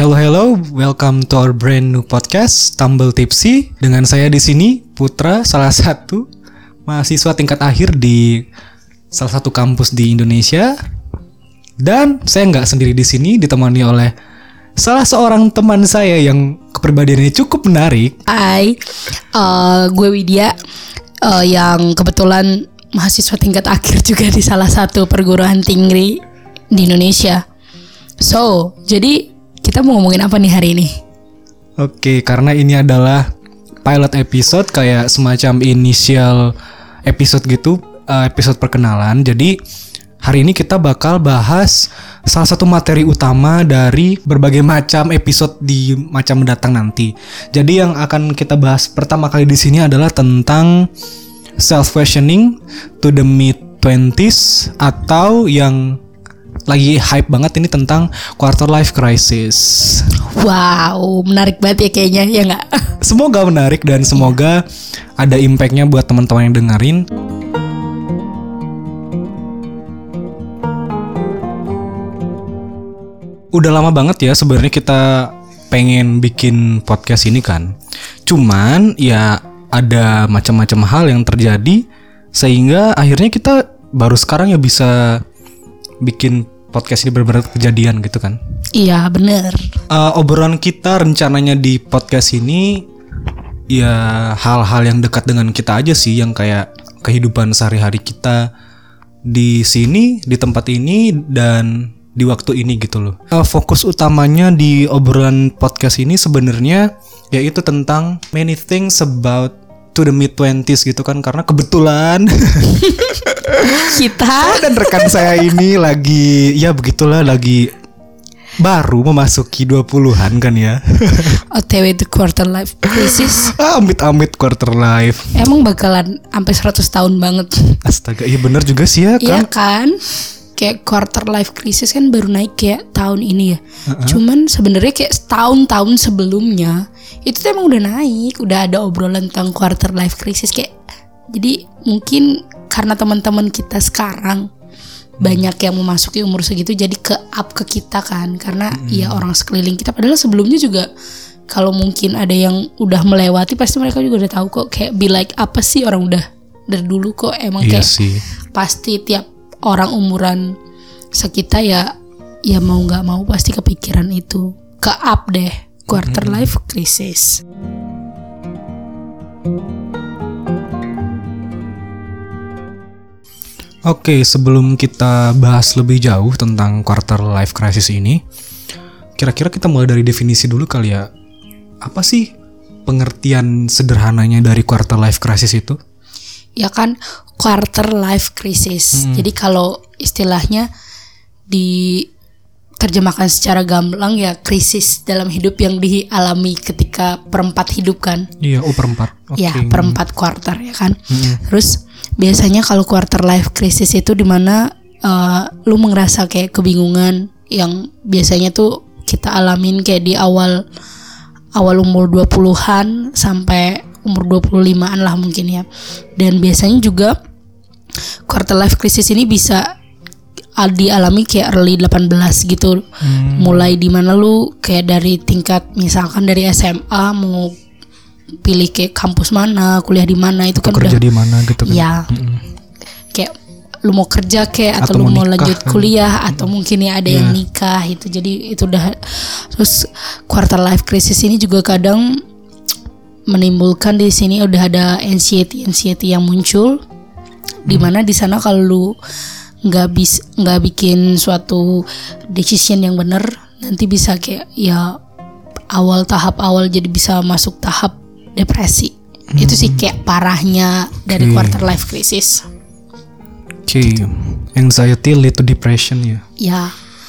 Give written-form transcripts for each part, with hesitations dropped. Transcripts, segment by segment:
Hello, welcome to our brand new podcast Tumble Tipsy. Dengan saya di sini Putra, salah satu mahasiswa tingkat akhir di salah satu kampus di Indonesia. Dan saya nggak sendiri di sini, ditemani oleh salah seorang teman saya yang kepribadiannya cukup menarik. Hai, gue Widya, yang kebetulan mahasiswa tingkat akhir juga di salah satu perguruan tinggi di Indonesia. So, jadi kita mau ngomongin apa nih hari ini? Oke, karena ini adalah pilot episode, kayak semacam initial episode gitu, episode perkenalan. Jadi hari ini kita bakal bahas salah satu materi utama dari berbagai macam episode di macam mendatang nanti. Jadi yang akan kita bahas pertama kali di sini adalah tentang self questioning to the mid-20s, atau yang lagi hype banget ini tentang quarter life crisis. Wow, menarik banget ya kayaknya, ya nggak? Semoga menarik dan semoga ada impactnya buat teman-teman yang dengerin. Udah lama banget ya sebenarnya kita pengen bikin podcast ini kan. Cuman ya ada macam-macam hal yang terjadi sehingga akhirnya kita baru sekarang ya bisa bikin podcast ini benar-benar kejadian gitu kan. Iya, bener. Obrolan kita rencananya di podcast ini ya hal-hal yang dekat dengan kita aja sih, yang kayak kehidupan sehari-hari kita di sini, di tempat ini, dan di waktu ini gitu loh. Fokus utamanya di obrolan podcast ini sebenarnya yaitu tentang many things about to the mid-20s gitu kan, karena kebetulan Kita dan rekan saya ini lagi ya begitulah, lagi baru memasuki 20-an kan ya. OTW the quarter life crisis. Amit-amit quarter life. Emang bakalan sampai 100 tahun banget. Astaga, iya benar juga sih ya kan. Iya kan? Kayak quarter life crisis kan baru naik kayak tahun ini ya. Cuman sebenarnya kayak tahun-tahun sebelumnya itu tuh emang udah naik, udah ada obrolan tentang quarter life crisis kayak. Jadi mungkin karena teman-teman kita sekarang banyak yang memasuki umur segitu, jadi ke up ke kita kan, karena ya orang sekeliling kita. Padahal sebelumnya juga kalau mungkin ada yang udah melewati pasti mereka juga udah tahu kok, kayak be like apa sih orang udah dari dulu kok emang Iya kayak sih. pasti tiap orang umuran sekitar ya mau nggak mau pasti kepikiran itu, ke up deh quarter life crisis. Oke, sebelum kita bahas lebih jauh tentang quarter life crisis ini, kira-kira kita mulai dari definisi dulu kali ya. Apa sih pengertian sederhananya dari quarter life crisis itu? Ya kan, quarter life crisis. Jadi kalau istilahnya diterjemahkan secara gamblang ya krisis dalam hidup yang dialami ketika perempat hidup kan. Iya, perempat. Ya, perempat quarter ya kan. Terus biasanya kalau quarter life crisis itu dimana lu ngerasa kayak kebingungan, yang biasanya tuh kita alamin kayak di awal umur 20-an sampai umur 25-an lah mungkin ya. Dan biasanya juga quarter life crisis ini bisa dialami kayak early 18 gitu. Mulai di mana lu kayak dari tingkat misalkan dari SMA mau pilih kayak kampus mana, kuliah di mana, itu kan kerja di mana gitu kan. Ya. Kayak lu mau kerja kayak atau lu mau lanjut kuliah atau mungkin ya ada yang nikah itu. Jadi itu udah. Terus quarter life crisis ini juga kadang menimbulkan di sini udah ada anxiety yang muncul, di mana di sana kalau lu nggak bikin suatu decision yang benar, nanti bisa kayak ya tahap awal jadi bisa masuk tahap depresi. Itu sih kayak parahnya dari quarter life crisis. Anxiety lead to depression ya. Ya.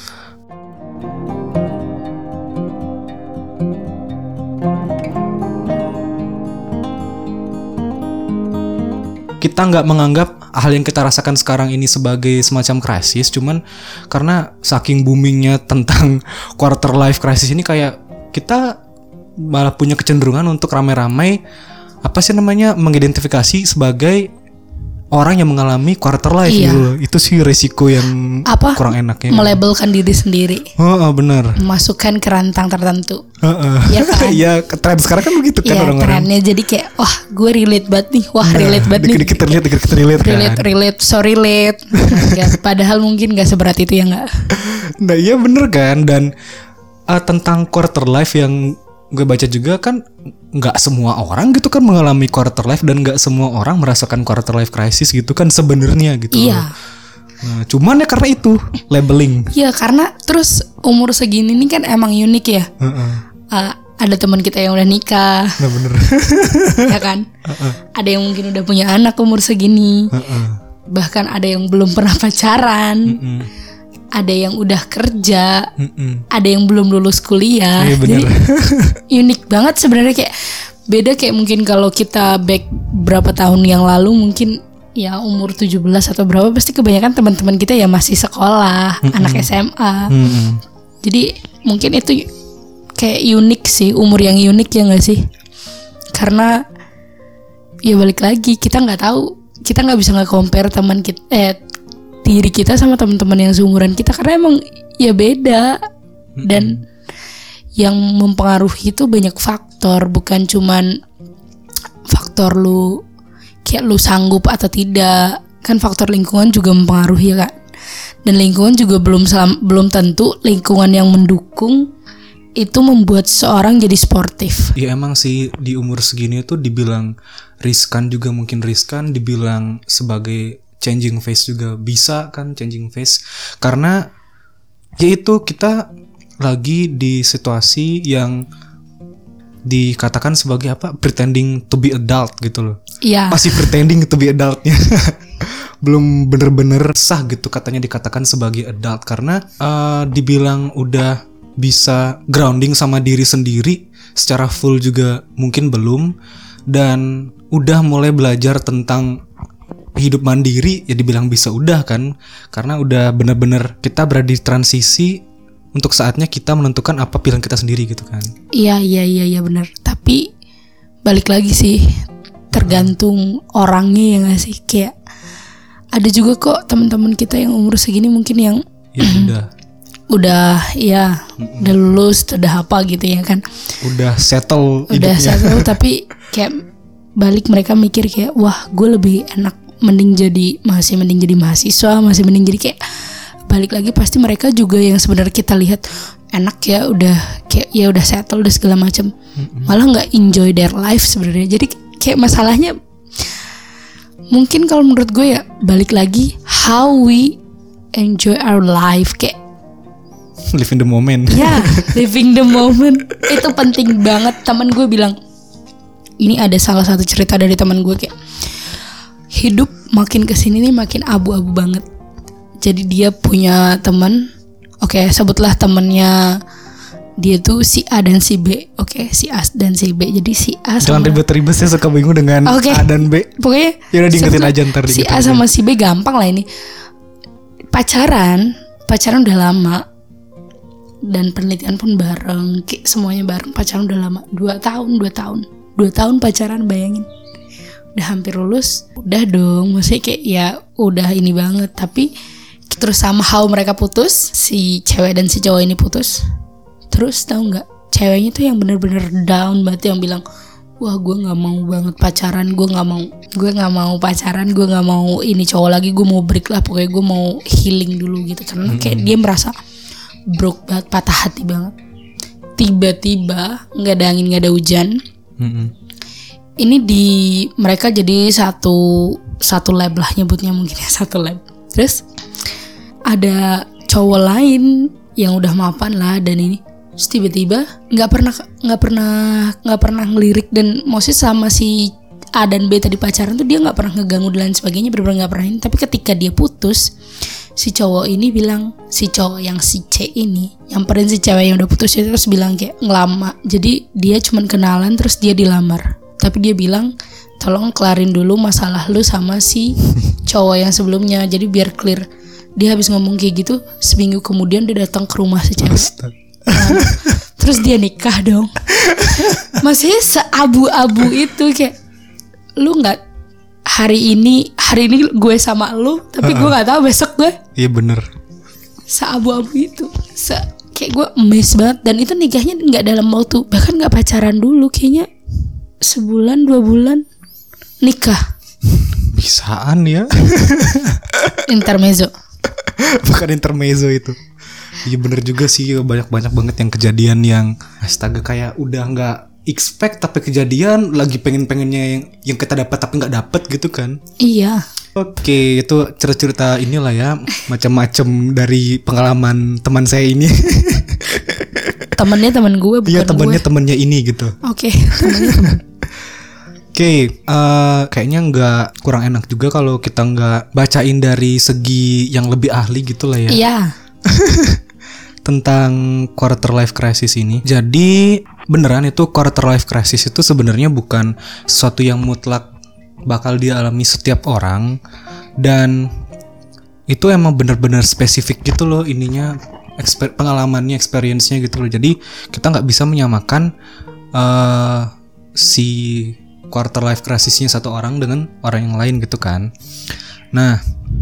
Kita nggak menganggap hal yang kita rasakan sekarang ini sebagai semacam krisis, cuman karena saking boomingnya tentang quarter life crisis ini, kayak kita malah punya kecenderungan untuk ramai-ramai mengidentifikasi sebagai orang yang mengalami quarter life Iya. gitu loh. Itu sih resiko yang kurang enaknya. Melabelkan diri sendiri. Benar. Masukkan ke rantang tertentu. Ya kan? Iya, tren sekarang kan begitu kan Iya, orang-orang. trennya jadi kayak wah gue relate banget nih. Wah relate banget nih. Dikit-dikit relate kan. Relate, so relate. Padahal mungkin gak seberat itu ya gak? Nah iya bener kan. Dan tentang quarter life yang gue baca juga kan, nggak semua orang gitu kan mengalami quarter life, dan nggak semua orang merasakan quarter life crisis gitu kan sebenarnya gitu. Iya. Nah, cuman ya karena itu labeling. Iya karena terus umur segini nih kan emang unik ya. Ada teman kita yang udah nikah. Nah bener. Ya kan. Ada yang mungkin udah punya anak umur segini. Bahkan ada yang belum pernah pacaran. Ada yang udah kerja, ada yang belum lulus kuliah. Iya, bener. Jadi unik banget sebenarnya, kayak beda kayak mungkin kalau kita back berapa tahun yang lalu mungkin ya umur 17 atau berapa pasti kebanyakan teman-teman kita ya masih sekolah, anak SMA. Jadi mungkin itu kayak unik sih, umur yang unik ya nggak sih? Karena ya balik lagi kita nggak tahu, kita nggak bisa nge-compare teman kita diri kita sama teman-teman yang seumuran kita, karena emang ya beda. Dan yang mempengaruhi itu banyak faktor, bukan cuman faktor lu kayak lu sanggup atau tidak, kan faktor lingkungan juga mempengaruhi ya kan. Dan lingkungan juga belum tentu lingkungan yang mendukung itu membuat seorang jadi sportif. Ya emang sih di umur segini tuh dibilang riskan juga mungkin riskan, dibilang sebagai changing face juga bisa kan, changing face. Karena yaitu kita lagi di situasi yang dikatakan sebagai apa, pretending to be adult gitu loh. Iya. Masih pretending to be adultnya. Belum bener-bener sah gitu katanya dikatakan sebagai adult. Karena dibilang udah bisa grounding sama diri sendiri secara full juga mungkin belum. Dan udah mulai belajar tentang hidup mandiri ya dibilang bisa udah kan, karena udah bener-bener kita berada di transisi untuk saatnya kita menentukan apa pilihan kita sendiri gitu kan. Iya benar. Tapi balik lagi sih, tergantung orangnya ya nggak sih. Kayak ada juga kok teman-teman kita yang umur segini mungkin yang ya udah lulus, udah apa gitu ya kan, udah settle udah hidupnya. settle tapi kayak balik mereka mikir kayak wah gue lebih enak mending jadi mahasiswa, masih mending jadi kayak, balik lagi pasti mereka juga yang sebenarnya kita lihat enak ya, udah kayak ya udah settle udah segala macam, malah nggak enjoy their life sebenarnya. Jadi kayak masalahnya mungkin kalau menurut gue ya balik lagi how we enjoy our life, kayak live in the moment. ya living the moment itu penting banget. Teman gue bilang, ini ada salah satu cerita dari teman gue, kayak hidup makin kesini nih makin abu-abu banget. Jadi dia punya teman, oke, sebutlah temennya dia tuh si A dan si B. Oke, si A dan si B. Jadi si A sama, jangan ribet-ribet, saya suka bingung dengan A dan B. Pokoknya ya udah diingetin aja ntar. Si A sama si B gampang lah ini. Pacaran udah lama. Dan penelitian pun bareng, kayak semuanya bareng. Pacaran udah lama, 2 tahun pacaran, bayangin. Udah hampir lulus, udah dong, maksudnya kayak ya udah ini banget. Tapi terus somehow mereka putus, si cewek dan si cowok ini putus. Terus tahu nggak, ceweknya tuh yang bener-bener down banget, yang bilang, wah gue nggak mau banget pacaran, gue nggak mau pacaran, gue nggak mau ini cowok lagi, gue mau break lah, pokoknya gue mau healing dulu gitu. Karena kayak dia merasa broke banget, patah hati banget. Tiba-tiba nggak ada angin, nggak ada hujan. Ini mereka jadi satu lab lah nyebutnya, mungkin ya satu lab. Terus ada cowok lain yang udah mapan lah, dan ini terus tiba-tiba nggak pernah ngelirik, dan maksudnya sama si A dan B tadi pacaran tuh dia nggak pernah ngeganggu dan lain sebagainya, bener-bener nggak pernah ini. Tapi ketika dia putus, si cowok ini bilang, si cowok yang si C ini nyamperin si cewek yang udah putus itu, terus bilang kayak ngelama. Jadi dia cuman kenalan terus dia dilamar. Tapi dia bilang, tolong kelarin dulu masalah lu sama si cowok yang sebelumnya, jadi biar clear. Dia habis ngomong kayak gitu, seminggu kemudian dia datang ke rumah si cewek. Terus dia nikah dong. Masih seabu-abu itu, kayak lu nggak, hari ini gue sama lu, tapi gue nggak tahu besok gue Iya bener. seabu-abu itu, kayak gue amazed banget. Dan itu nikahnya nggak dalam waktu, bahkan nggak pacaran dulu, kayaknya sebulan 2 bulan nikah. Bisaan ya. Intermezzo. Bukan intermezzo itu. Iya bener juga sih, banyak banget yang kejadian yang astaga kayak udah nggak expect tapi kejadian lagi pengennya yang kita dapat tapi nggak dapat gitu kan. Iya. Oke, itu cerita inilah ya, macam-macam dari pengalaman teman saya ini. Temennya teman gue bukan Iya, temannya gue. temannya ini gitu. Oke, temennya teman. Oke, kayaknya nggak kurang enak juga kalau kita nggak bacain dari segi yang lebih ahli gitu lah ya. Iya. Tentang quarter life crisis ini. Jadi beneran itu quarter life crisis itu sebenarnya bukan sesuatu yang mutlak bakal dialami setiap orang, dan itu emang bener-bener spesifik gitu loh ininya, pengalamannya, experience-nya gitu loh. Jadi kita nggak bisa menyamakan si quarter life crisisnya satu orang dengan orang yang lain gitu kan. Nah,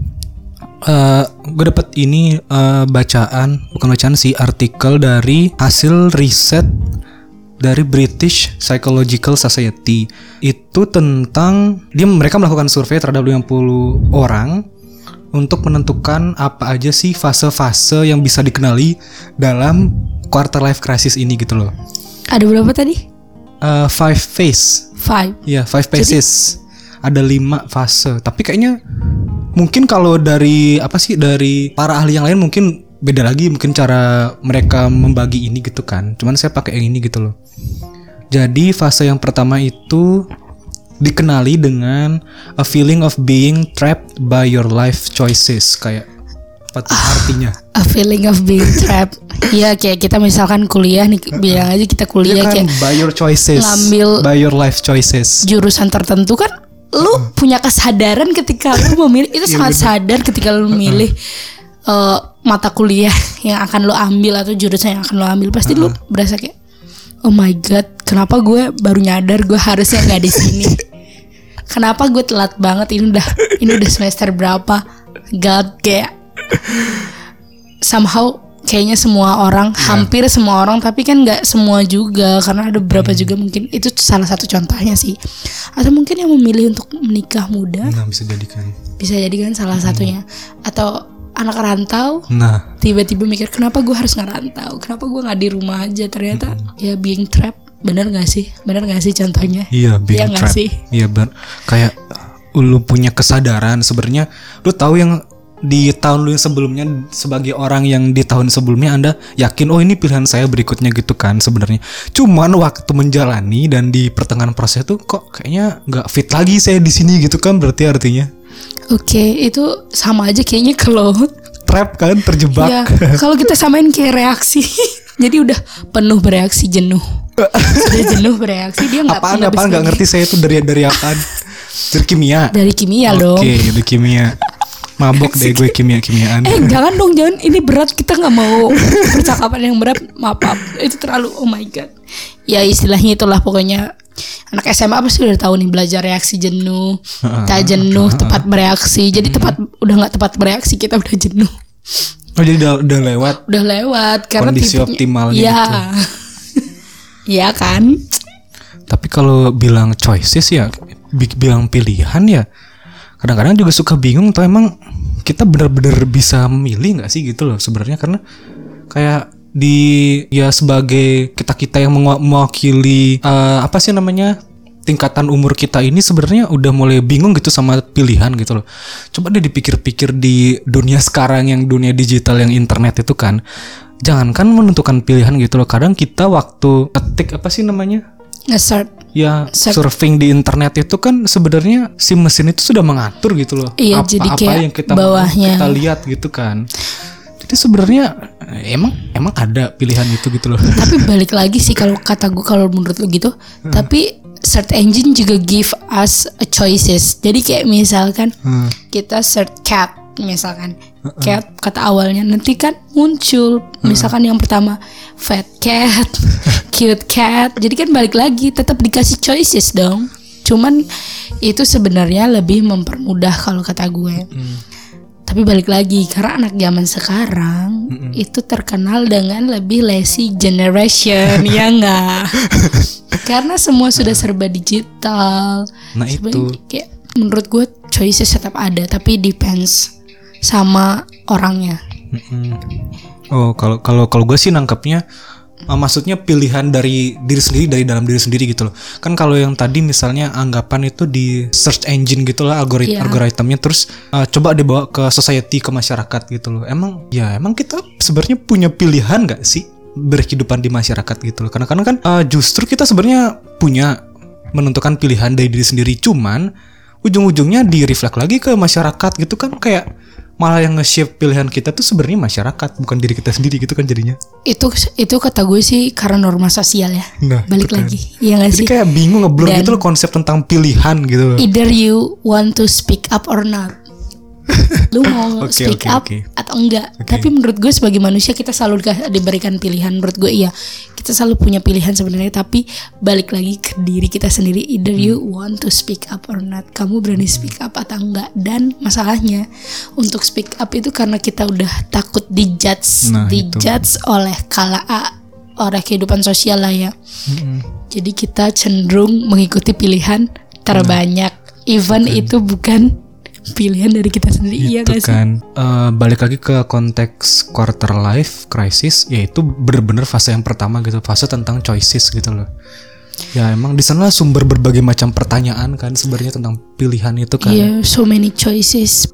gue dapet ini bukan bacaan sih, artikel dari hasil riset dari British Psychological Society. Itu tentang mereka melakukan survei terhadap 50 orang untuk menentukan apa aja sih fase-fase yang bisa dikenali dalam quarter life crisis ini gitu loh. Ada berapa tadi? 5 phase. 5. Iya, 5 phases. Ada 5 fase. Tapi kayaknya mungkin kalau dari para ahli yang lain mungkin beda lagi, mungkin cara mereka membagi ini gitu kan. Cuman saya pakai yang ini gitu loh. Jadi fase yang pertama itu dikenali dengan a feeling of being trapped by your life choices. Kayak apa tuh artinya? A feeling of being trapped. Iya, kayak kita misalkan kuliah nih, bilang aja kita kuliah kan, kayak by your choices, ngambil by your life choices. Jurusan tertentu kan, lu punya kesadaran ketika lu memilih. Itu sangat sadar ketika lu memilih mata kuliah yang akan lo ambil atau jurusan yang akan lo ambil. Pasti lo berasa kayak, oh my god, kenapa gue baru nyadar gue harusnya nggak di sini? Kenapa gue telat banget? Ini udah semester berapa? God, kayak somehow kayaknya semua orang, hampir semua orang, tapi kan nggak semua juga, karena ada beberapa juga mungkin itu salah satu contohnya sih. Atau mungkin yang memilih untuk menikah muda. Nah, bisa jadi kan salah satunya. Atau anak rantau, tiba-tiba mikir kenapa gue harus ngerantau, kenapa gue nggak di rumah aja. Ternyata ya being trapped. Bener nggak sih contohnya? Iya, being trapped. Iya, kayak lu punya kesadaran sebenarnya, lu tahu yang di tahun lu yang sebelumnya, sebagai orang yang di tahun sebelumnya Anda yakin, oh ini pilihan saya berikutnya gitu kan sebenarnya. Cuman waktu menjalani dan di pertengahan proses tuh kok kayaknya nggak fit lagi saya di sini gitu kan, berarti artinya. Oke, itu sama aja kayaknya kalau trap kan, terjebak. Ya, kalau kita samain kayak reaksi. Jadi udah penuh bereaksi, jenuh. Sudah jenuh bereaksi, dia nggak. Apaan nggak ngerti saya itu dari apaan? Dari kimia. Dari kimia dong. Oke, dari kimia. Mabok deh gue kimia-kimiaan. Jangan dong, jangan. Ini berat, kita nggak mau percakapan yang berat. Maaf, itu terlalu. Oh my god. Ya istilahnya itulah pokoknya. Anak SMA pasti udah tahu nih, belajar reaksi jenuh, tak jenuh, tepat bereaksi. Jadi udah nggak tepat bereaksi, kita udah jenuh. Oh jadi udah lewat. Udah lewat karena kondisi optimalnya ya. Gitu. Iya kan. Tapi kalau bilang choices ya, bilang pilihan ya, kadang-kadang juga suka bingung tuh, emang kita benar-benar bisa memilih nggak sih gitu loh sebenarnya. Karena kayak sebagai kita yang mewakili tingkatan umur kita ini sebenarnya udah mulai bingung gitu sama pilihan gitu loh. Coba deh dipikir-pikir di dunia sekarang, yang dunia digital, yang internet itu kan, jangankan menentukan pilihan gitu loh, kadang kita waktu ketik nge-search ya, surfing di internet itu kan sebenarnya si mesin itu sudah mengatur gitu loh. Iya, jadi kayak yang kita bawahnya kita lihat gitu kan. Jadi sebenarnya emang ada pilihan itu gitu loh. Tapi balik lagi sih kalau kata gue, kalau menurut lo gitu, tapi search engine juga give us a choices. Jadi kayak misalkan kita search cat misalkan, cat kata awalnya, nanti kan muncul misalkan yang pertama fat cat, cute cat. Jadi kan balik lagi tetap dikasih choices dong. Cuman itu sebenarnya lebih mempermudah kalau kata gue. Tapi balik lagi, karena anak zaman sekarang itu terkenal dengan lebih lazy generation, ya enggak? Karena semua sudah serba digital. Nah itu. Kayak menurut gue choices tetap ada, tapi depends sama orangnya. Oh, kalau gue sih nangkepnya maksudnya pilihan dari diri sendiri, dari dalam diri sendiri gitu loh. Kan kalau yang tadi misalnya anggapan itu di search engine gitu lah, algoritmnya, terus coba dibawa ke society, ke masyarakat gitu loh. Emang kita sebenarnya punya pilihan nggak sih berkehidupan di masyarakat gitu loh. Karena kan justru kita sebenarnya punya menentukan pilihan dari diri sendiri, cuman ujung-ujungnya direflek lagi ke masyarakat gitu kan, kayak malah yang nge-shape pilihan kita tuh sebenarnya masyarakat, bukan diri kita sendiri gitu kan jadinya. Itu kata gue sih karena norma sosial ya. Nah, balik lagi. Iya enggak sih? Jadi kayak bingung ngeblur gitu loh konsep tentang pilihan gitu loh. Either you want to speak up or not. Lu mau speak up atau enggak. Tapi menurut gue sebagai manusia kita selalu diberikan pilihan. Menurut gue iya, kita selalu punya pilihan sebenarnya. Tapi balik lagi ke diri kita sendiri. Either you want to speak up or not. Kamu berani speak up atau enggak. Dan masalahnya untuk speak up itu karena kita udah takut dijudge. Dijudge oleh oleh kehidupan sosial lah ya. Jadi kita cenderung mengikuti pilihan terbanyak. Even itu bukan pilihan dari kita sendiri. Iya gak sih? Kan balik lagi ke konteks quarter life crisis, yaitu bener-bener fase yang pertama gitu, fase tentang choices gitu loh. Ya emang di sana sumber berbagai macam pertanyaan kan sebenarnya tentang pilihan itu kan. Iya, so many choices.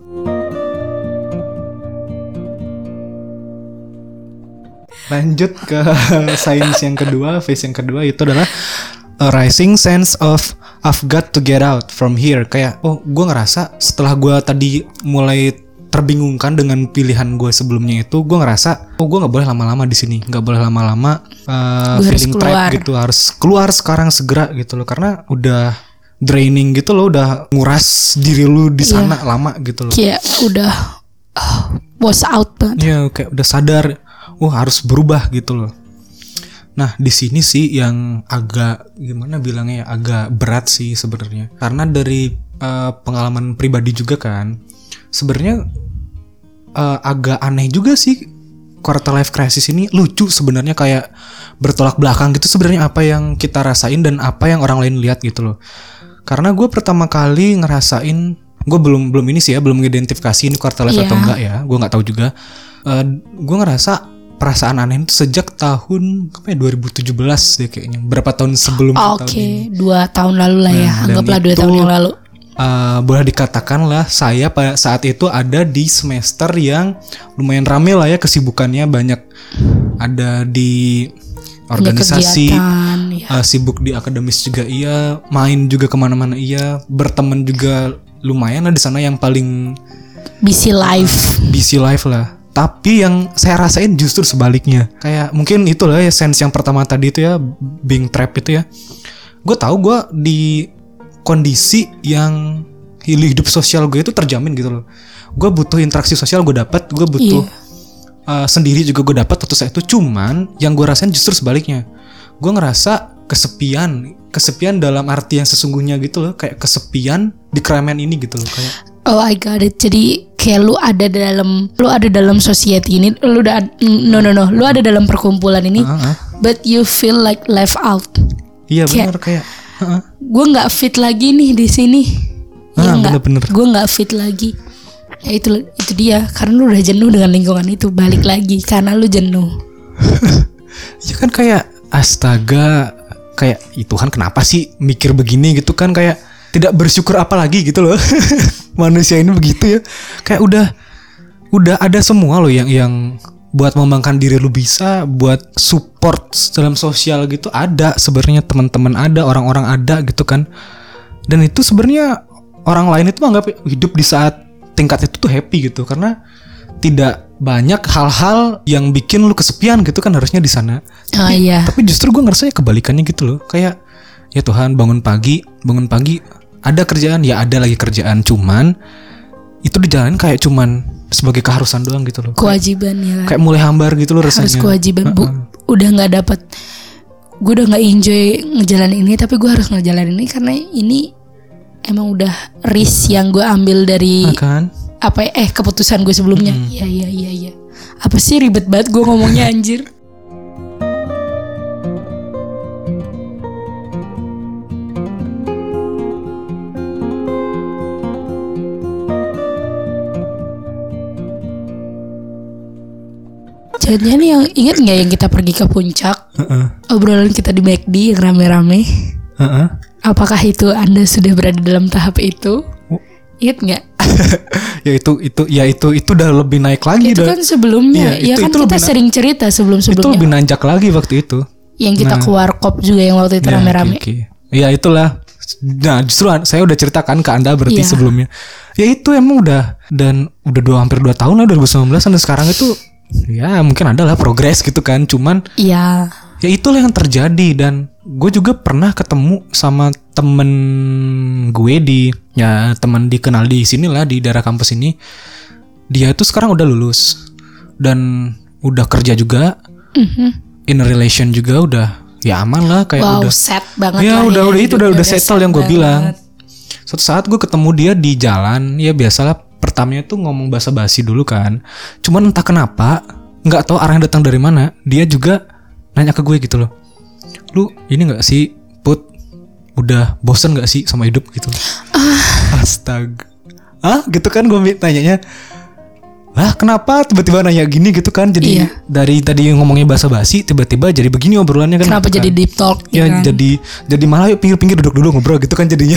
Lanjut ke sains yang kedua, phase yang kedua itu adalah a rising sense of I've got to get out from here. Kayak gue ngerasa setelah gue tadi mulai terbingungkan dengan pilihan gue sebelumnya itu, gue ngerasa gue nggak boleh lama-lama di sini, nggak boleh lama-lama feeling trapped gitu, harus keluar sekarang segera gitu loh, karena udah draining gitu loh, udah nguras diri lu di sana lama gitu loh. Kayak udah was out banget. Iya, kayak udah sadar harus berubah gitu loh. Nah di sini sih yang agak gimana bilangnya ya, agak berat sih sebenarnya, karena dari pengalaman pribadi juga kan, sebenarnya agak aneh juga sih quarter life crisis ini, lucu sebenarnya, kayak bertolak belakang gitu sebenarnya apa yang kita rasain dan apa yang orang lain lihat gitu loh. Karena gue pertama kali ngerasain, gue belum ini sih ya, belum mengidentifikasi ini quarter life atau enggak ya, gue nggak tahu juga. Gue ngerasa perasaan aneh itu sejak tahun 2017 deh kayaknya, berapa tahun sebelum tahun ini. 2 tahun lalu lah ya, anggaplah 2 tahun yang lalu. Boleh dikatakan lah saya pada saat itu ada di semester yang lumayan rame lah ya, kesibukannya banyak, ada di organisasi, sibuk di akademis juga iya, main juga kemana-mana iya, berteman juga lumayan lah di sana, yang paling busy life lah. Tapi yang saya rasain justru sebaliknya. Kayak mungkin itulah ya sense yang pertama tadi itu ya, being trapped itu ya. Gue tahu gue di kondisi yang hidup sosial gue itu terjamin gitu loh. Gue butuh interaksi sosial, gue dapat. Gue butuh sendiri juga gue dapat waktu saat itu. Cuman yang gue rasain justru sebaliknya. Gue ngerasa kesepian dalam arti yang sesungguhnya gitu loh. Kayak kesepian di keramaian ini gitu loh. Kayak I got it. Jadi kayak lu ada dalam society ini, lu ada dalam perkumpulan ini, but you feel like left out. Iya benar, kayak gue nggak fit lagi nih di sini. Bener. Gue nggak fit lagi. Ya itu dia, karena lu udah jenuh dengan lingkungan itu, balik lagi karena lu jenuh. Ya kan kayak astaga, kayak Tuhan kenapa sih mikir begini gitu kan, kayak tidak bersyukur apa lagi gitu loh. Manusia ini begitu ya. Kayak udah ada semua loh yang buat mengembangkan diri lu bisa, buat support dalam sosial gitu ada sebenarnya, teman-teman ada, orang-orang ada gitu kan. Dan itu sebenarnya orang lain itu menganggap hidup di saat tingkat itu tuh happy gitu, karena tidak banyak hal-hal yang bikin lu kesepian gitu kan harusnya di sana. Tapi justru gue ngerasa kebalikannya gitu loh. Kayak ya Tuhan, bangun pagi ada kerjaan, ya ada lagi kerjaan, cuman itu dijalanin kayak cuman sebagai keharusan doang gitu loh. Kewajiban ya. Kayak mulai hambar gitu loh rasanya. Harus kewajiban. Udah nggak dapat. Gue udah nggak enjoy ngejalanin ini, tapi gue harus ngejalanin ini karena ini emang udah risk yang gue ambil dari kan? Keputusan gue sebelumnya. Iya. Apa sih ribet banget gue ngomongnya anjir. Jangan yang ingat nggak yang kita pergi ke puncak, obrolan kita di McD yang rame-rame. Apakah itu Anda sudah berada dalam tahap itu? Ingat nggak? itu udah lebih naik lagi. Itu kan sebelumnya, ya kan kita sering cerita sebelum-sebelumnya. Itu lebih nanjak lagi waktu itu. Yang kita ke warkop juga yang waktu itu rame-rame. Ya itulah. Nah justru saya udah ceritakan ke Anda berarti sebelumnya. Ya itu emang udah, dan udah hampir 2 tahun lah 2019 dan sekarang itu ya mungkin adalah progres gitu kan. Cuman ya itulah yang terjadi. Dan gue juga pernah ketemu sama temen gue temen dikenal di sini lah, di daerah kampus ini. Dia tuh sekarang udah lulus dan udah kerja juga, in a relation juga, udah ya aman lah, kayak udah set banget ya, lah udah settle yang gue bilang. Suatu saat gue ketemu dia di jalan, ya biasalah pertamanya tuh ngomong basa-basi dulu kan. Cuman entah kenapa, nggak tahu arahnya datang dari mana, dia juga nanya ke gue gitu loh. Lu ini nggak sih Put, udah bosen nggak sih sama hidup gitu? Astaga, gitu kan gue tanyanya. Lah kenapa tiba-tiba nanya gini gitu kan? Jadi dari tadi ngomongnya basa-basi, tiba-tiba jadi begini obrolannya kan. Kenapa gitu jadi kan? deep talk? Ya kan? jadi malah yuk pinggir-pinggir duduk dulu ngobrol gitu kan jadinya.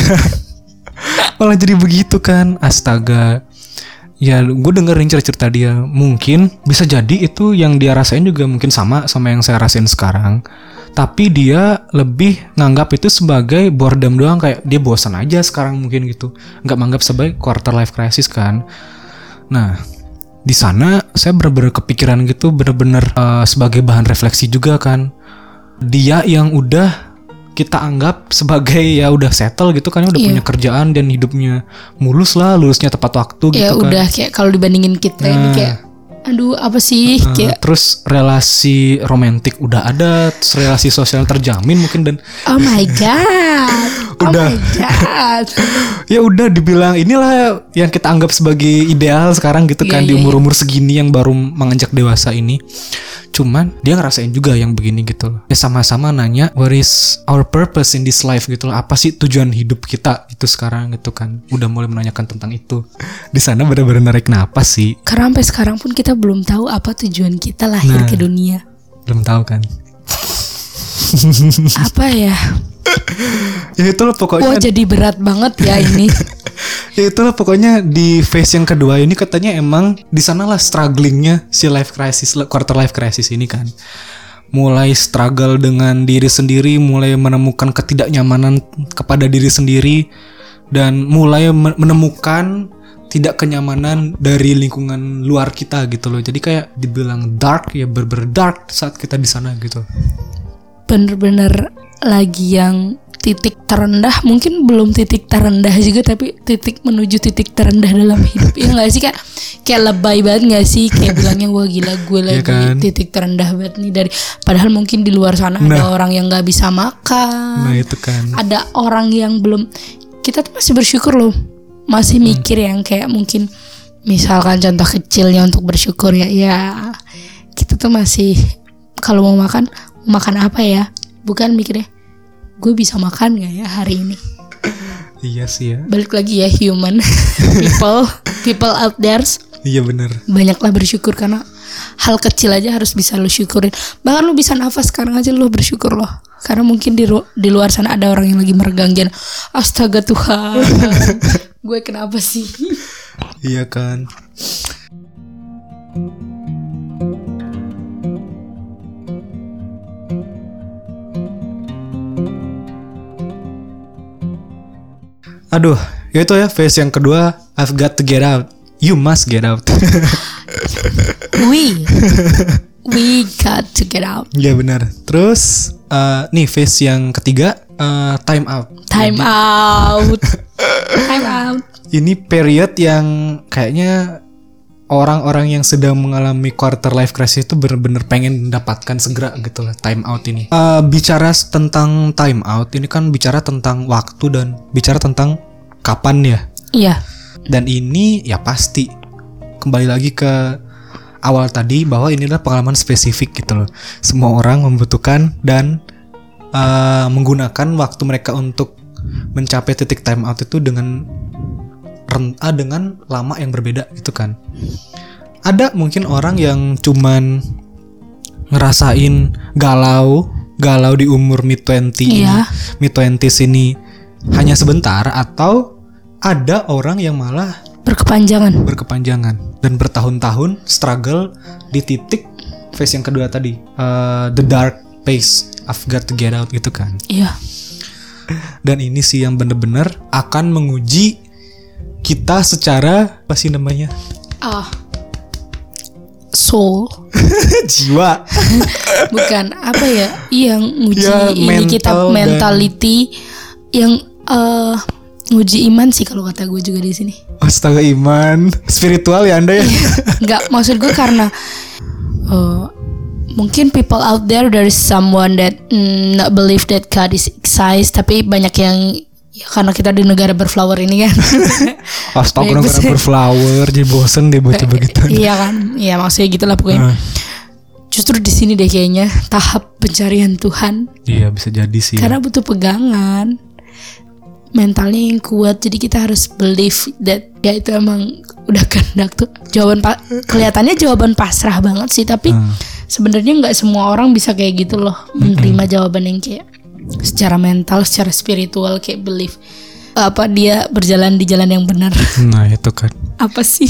Malah jadi begitu kan. Astaga. Ya gue dengerin cerita dia, mungkin bisa jadi itu yang dia rasain juga mungkin sama yang saya rasain sekarang. Tapi dia lebih nganggap itu sebagai boredom doang, kayak dia bosan aja sekarang mungkin gitu. Nggak menganggap sebagai quarter life crisis kan. Nah di sana saya benar-benar kepikiran gitu, benar-benar sebagai bahan refleksi juga kan. Dia yang udah kita anggap sebagai ya udah settle gitu kan, udah punya kerjaan dan hidupnya mulus lah, lulusnya tepat waktu gitu kan. Ya udah kayak kalau dibandingin kita ini kayak aduh apa sih kayak. Terus relasi romantik udah ada, terus relasi sosial terjamin mungkin, dan oh my god. udah. Oh my god. Ya udah dibilang inilah yang kita anggap sebagai ideal sekarang gitu kan, di umur-umur segini yang baru menginjak dewasa ini. Cuman dia ngerasain juga yang begini gitu loh. Ya sama-sama nanya, what is our purpose in this life gitu loh. Apa sih tujuan hidup kita itu sekarang gitu kan. Udah mulai menanyakan tentang itu. Di sana benar-benar narik napas sih. Karena sampai sekarang pun kita belum tahu apa tujuan kita lahir ke dunia. Belum tahu kan. Apa ya? Ya itulah pokoknya. Wah jadi berat banget ya ini. Ya itulah pokoknya di phase yang kedua ini katanya emang di sanalah strugglingnya si quarter life crisis ini kan. Mulai struggle dengan diri sendiri, mulai menemukan ketidaknyamanan kepada diri sendiri, dan mulai menemukan tidak kenyamanan dari lingkungan luar kita gitu loh. Jadi kayak dibilang dark, ya bener-bener dark saat kita di sana gitu. Bener-bener lagi yang titik terendah, mungkin belum titik terendah juga, tapi titik menuju titik terendah dalam hidup. Ya nggak sih kak? Kayak lebay banget nggak sih? Kayak bilangnya wah gila gue lagi kan? Titik terendah banget nih dari. Padahal mungkin di luar sana ada orang yang nggak bisa makan. Nah itu kan. Ada orang yang belum. Kita tuh masih bersyukur loh. Masih mikir yang kayak mungkin misalkan contoh kecilnya untuk bersyukur ya. Ya kita tuh masih kalau mau makan apa ya? Bukan mikirnya gue bisa makan gak ya hari ini. Iya sih ya. Balik lagi ya human people out there. Iya benar. Banyaklah bersyukur karena hal kecil aja harus bisa lo syukurin. Bahkan lo bisa nafas sekarang aja lo bersyukur loh. Karena mungkin di luar sana ada orang yang lagi meregang jalan. Astaga Tuhan. Gue kenapa sih? Iya kan. Aduh, itu ya phase yang kedua. I've got to get out. You must get out. We got to get out. Ya benar. Terus nih phase yang ketiga, time out. Time out. Ini period yang kayaknya orang-orang yang sedang mengalami quarter life crisis itu benar-benar pengen mendapatkan segera gitu lah time out ini. Bicara tentang time out ini kan bicara tentang waktu dan bicara tentang kapan ya. Iya. Dan ini ya pasti kembali lagi ke awal tadi bahwa ini adalah pengalaman spesifik gitu loh. Semua orang membutuhkan dan menggunakan waktu mereka untuk mencapai titik time out itu dengan lama yang berbeda gitu kan. Ada mungkin orang yang cuman ngerasain galau di umur mid-20s ini hanya sebentar, atau ada orang yang malah berkepanjangan dan bertahun-tahun struggle di titik phase yang kedua tadi, the dark phase, I've got to get out gitu kan. Iya. Dan ini sih yang bener-bener akan menguji kita secara apa sih namanya? Soul. Jiwa. Bukan apa ya? Yang nguji Ya, ini kita mentality yang nguji iman sih kalau kata gue juga di sini. Astaga, iman spiritual ya Anda ya? Enggak, maksud gue karena mungkin people out there is someone that not believe that God is exist, tapi banyak yang ya karena kita di negara berflower ini kan. Astaga, negara berflower, jadi bosen deh baca begitu. Iya kan, iya maksudnya gitulah pokoknya. Justru di sini deh kayaknya tahap pencarian Tuhan. Iya, bisa jadi sih. Karena butuh pegangan, mentalnya yang kuat. Jadi kita harus believe that ya itu emang udah kehendak tuh. Kelihatannya jawaban pasrah banget sih, tapi sebenarnya nggak semua orang bisa kayak gitu loh, menerima jawaban yang kayak secara mental, secara spiritual kayak believe apa dia berjalan di jalan yang benar. Nah itu kan. Apa sih?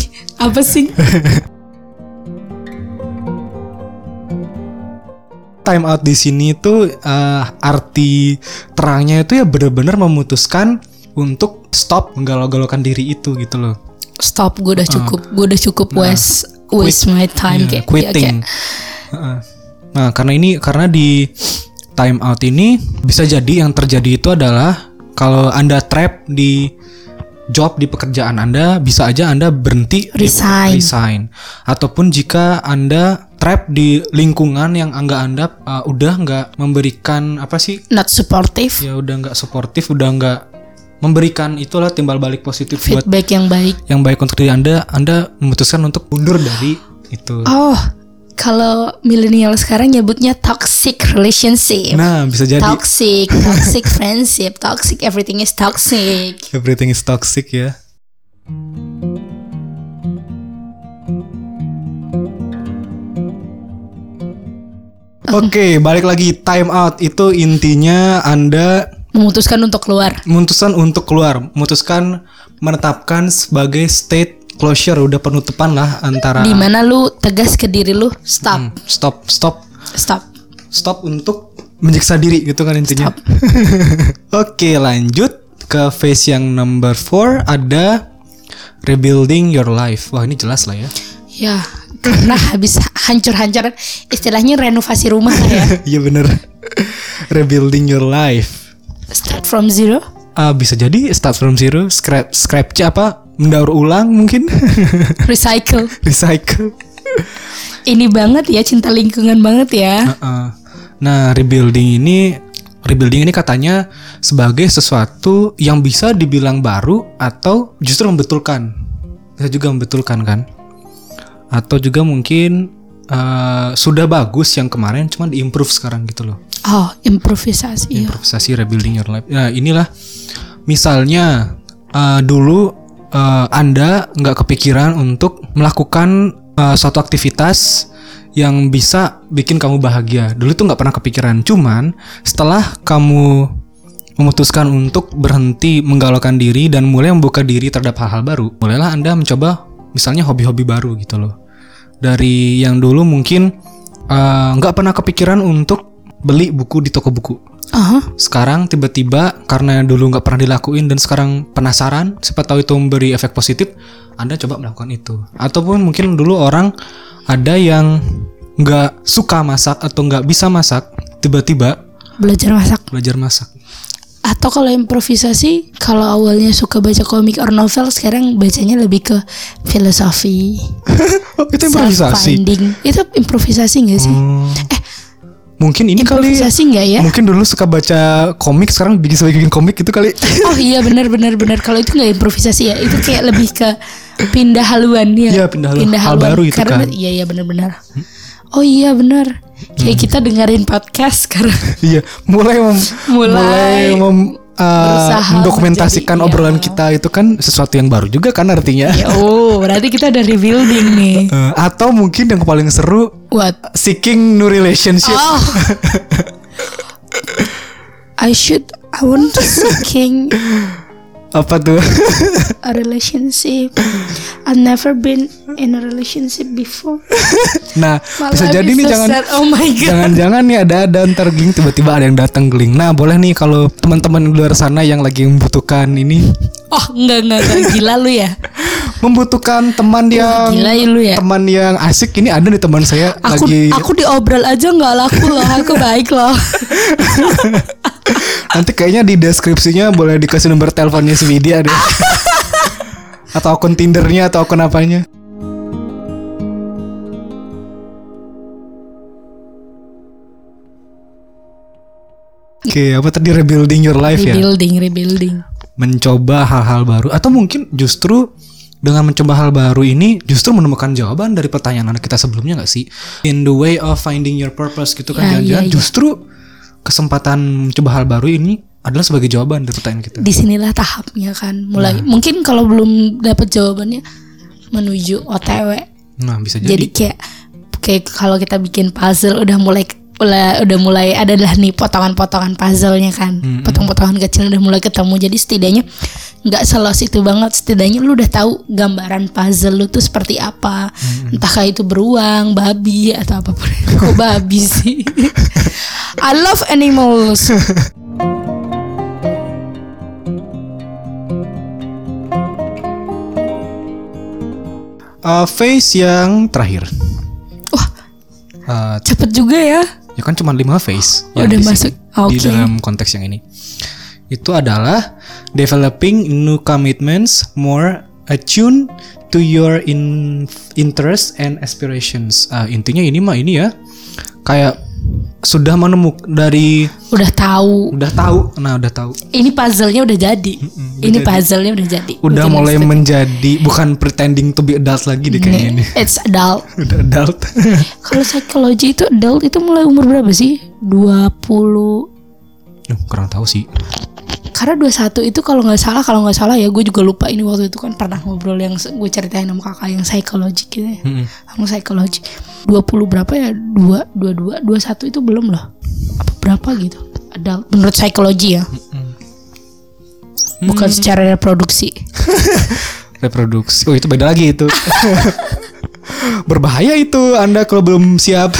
Time out di sini tuh arti terangnya itu ya benar-benar memutuskan untuk stop menggalau-galaukan diri itu gitu loh. Stop, gue udah cukup, waste my time, kayak quitting. Nah karena di time out ini bisa jadi yang terjadi itu adalah kalau Anda trap di job, di pekerjaan Anda, bisa aja Anda berhenti resign. Ataupun jika Anda trap di lingkungan yang Anda udah nggak memberikan apa sih? Not supportive. Ya udah nggak supportive, udah nggak memberikan itulah timbal balik positif, feedback yang baik untuk diri Anda memutuskan untuk mundur dari itu. Oh, kalau milenial sekarang nyebutnya toxic relationship. Nah, bisa jadi toxic friendship, toxic, everything is toxic. Everything is toxic ya. Oke, balik lagi. Time out itu intinya Anda memutuskan untuk keluar, menetapkan sebagai state closure, udah penutupan lah antara di mana lu tegas ke diri lu, stop untuk menyiksa diri gitu kan intinya. Oke, lanjut ke phase yang number 4, ada rebuilding your life. Wah, ini jelas lah ya. Ya, karena habis hancur-hancuran, istilahnya renovasi rumah lah ya. Iya bener. Rebuilding your life. Start from zero. Bisa jadi start from zero, scrap apa? Mendaur ulang mungkin. Recycle. Ini banget ya, cinta lingkungan banget ya. Nah, rebuilding ini katanya sebagai sesuatu yang bisa dibilang baru atau justru membetulkan. Bisa juga membetulkan kan? Atau juga mungkin sudah bagus yang kemarin, cuman diimprove sekarang gitu loh. Oh, improvisasi. Rebuilding your life. Nah, inilah misalnya dulu Anda nggak kepikiran untuk melakukan suatu aktivitas yang bisa bikin kamu bahagia. Dulu tuh nggak pernah kepikiran. Cuman setelah kamu memutuskan untuk berhenti menggalaukan diri dan mulai membuka diri terhadap hal-hal baru, mulailah Anda mencoba misalnya hobi-hobi baru gitu loh. Dari yang dulu mungkin nggak pernah kepikiran untuk beli buku di toko buku. Sekarang tiba-tiba karena dulu nggak pernah dilakuin dan sekarang penasaran, siapa tahu itu memberi efek positif, Anda coba melakukan itu. Ataupun mungkin dulu orang ada yang nggak suka masak atau nggak bisa masak, tiba-tiba belajar masak. Atau kalau improvisasi, kalau awalnya suka baca komik or novel, sekarang bacanya lebih ke filosofi. Oh, itu improvisasi. Self-finding. Itu improvisasi nggak sih? Mungkin ini kali improvisasi nggak ya? Mungkin dulu suka baca komik, sekarang bikin komik itu kali. Oh iya benar. Kalau itu nggak improvisasi ya, itu kayak lebih ke pindah haluan ya. Iya, pindah haluan. Hal baru itu karena, kan. Iya benar. Oh iya benar. Kayak kita dengerin podcast sekarang. Iya, mulai berusaha mendokumentasikan menjadi, obrolan iya. kita itu kan sesuatu yang baru juga kan artinya. Ya, berarti kita ada rebuilding nih. Atau mungkin yang paling seru, What? seeking new relationship. Oh. I want to seeking Apa tuh? a relationship. I've never been in a relationship before. Nah, bisa jadi nih Oh my god. jangan-jangan nih ada ntar Gling tiba-tiba ada yang datang Gling. Nah, boleh nih kalau teman-teman di luar sana yang lagi membutuhkan ini. Oh, enggak gila lu ya. Membutuhkan teman yang gila ya lu ya. Teman yang asik, ini ada nih teman saya lagi. Aku diobrol aja nggak laku loh. Aku baik loh. Nanti kayaknya di deskripsinya boleh dikasih nomor teleponnya si Widya deh. Atau akun Tindernya atau akun apanya. Oke, apa tadi rebuilding your life ya? Rebuilding. Mencoba hal-hal baru, atau mungkin justru dengan mencoba hal baru ini justru menemukan jawaban dari pertanyaan anak kita sebelumnya nggak sih? In the way of finding your purpose gitu kan, jangan-jangan justru kesempatan mencoba hal baru ini adalah sebagai jawaban dari pertanyaan kita. Disinilah tahapnya kan, mulai mungkin kalau belum dapat jawabannya menuju OTW. Nah, bisa jadi. Jadi kayak kalau kita bikin puzzle udah mulai adalah nih potongan-potongan puzzle-nya kan. Potong-potongan kecil udah mulai ketemu. Jadi setidaknya nggak selos itu banget. Setidaknya lu udah tahu gambaran puzzle lu tuh seperti apa. Entahkah itu beruang, babi atau apapun. Kok babi sih? I love animals. Phase yang terakhir. Wah, cepet juga ya. Ya kan cuma 5 phase yang udah di masuk. di dalam konteks yang ini. Itu adalah developing new commitments more attuned to your interests and aspirations. Intinya ini ya kayak sudah menemukan dari udah tahu. Nah, udah tahu. Ini puzzle-nya udah jadi. Puzzle-nya udah jadi. Udah mulai menjadi, bukan pretending to be adult lagi deh kayaknya ini. It's adult. Udah adult. Kalau psikologi itu adult itu mulai umur berapa sih? 20. Kurang tahu sih. Karena 21 itu kalau nggak salah ya, gue juga lupa ini waktu itu kan pernah ngobrol yang gue ceritain sama kakak yang psikologi gitu ya. Sama psikologi 20 berapa ya, 22, 21 itu belum loh. Apa berapa gitu adult menurut psikologi ya. Bukan secara reproduksi. Reproduksi, itu beda lagi itu. Berbahaya itu Anda kalau belum siap.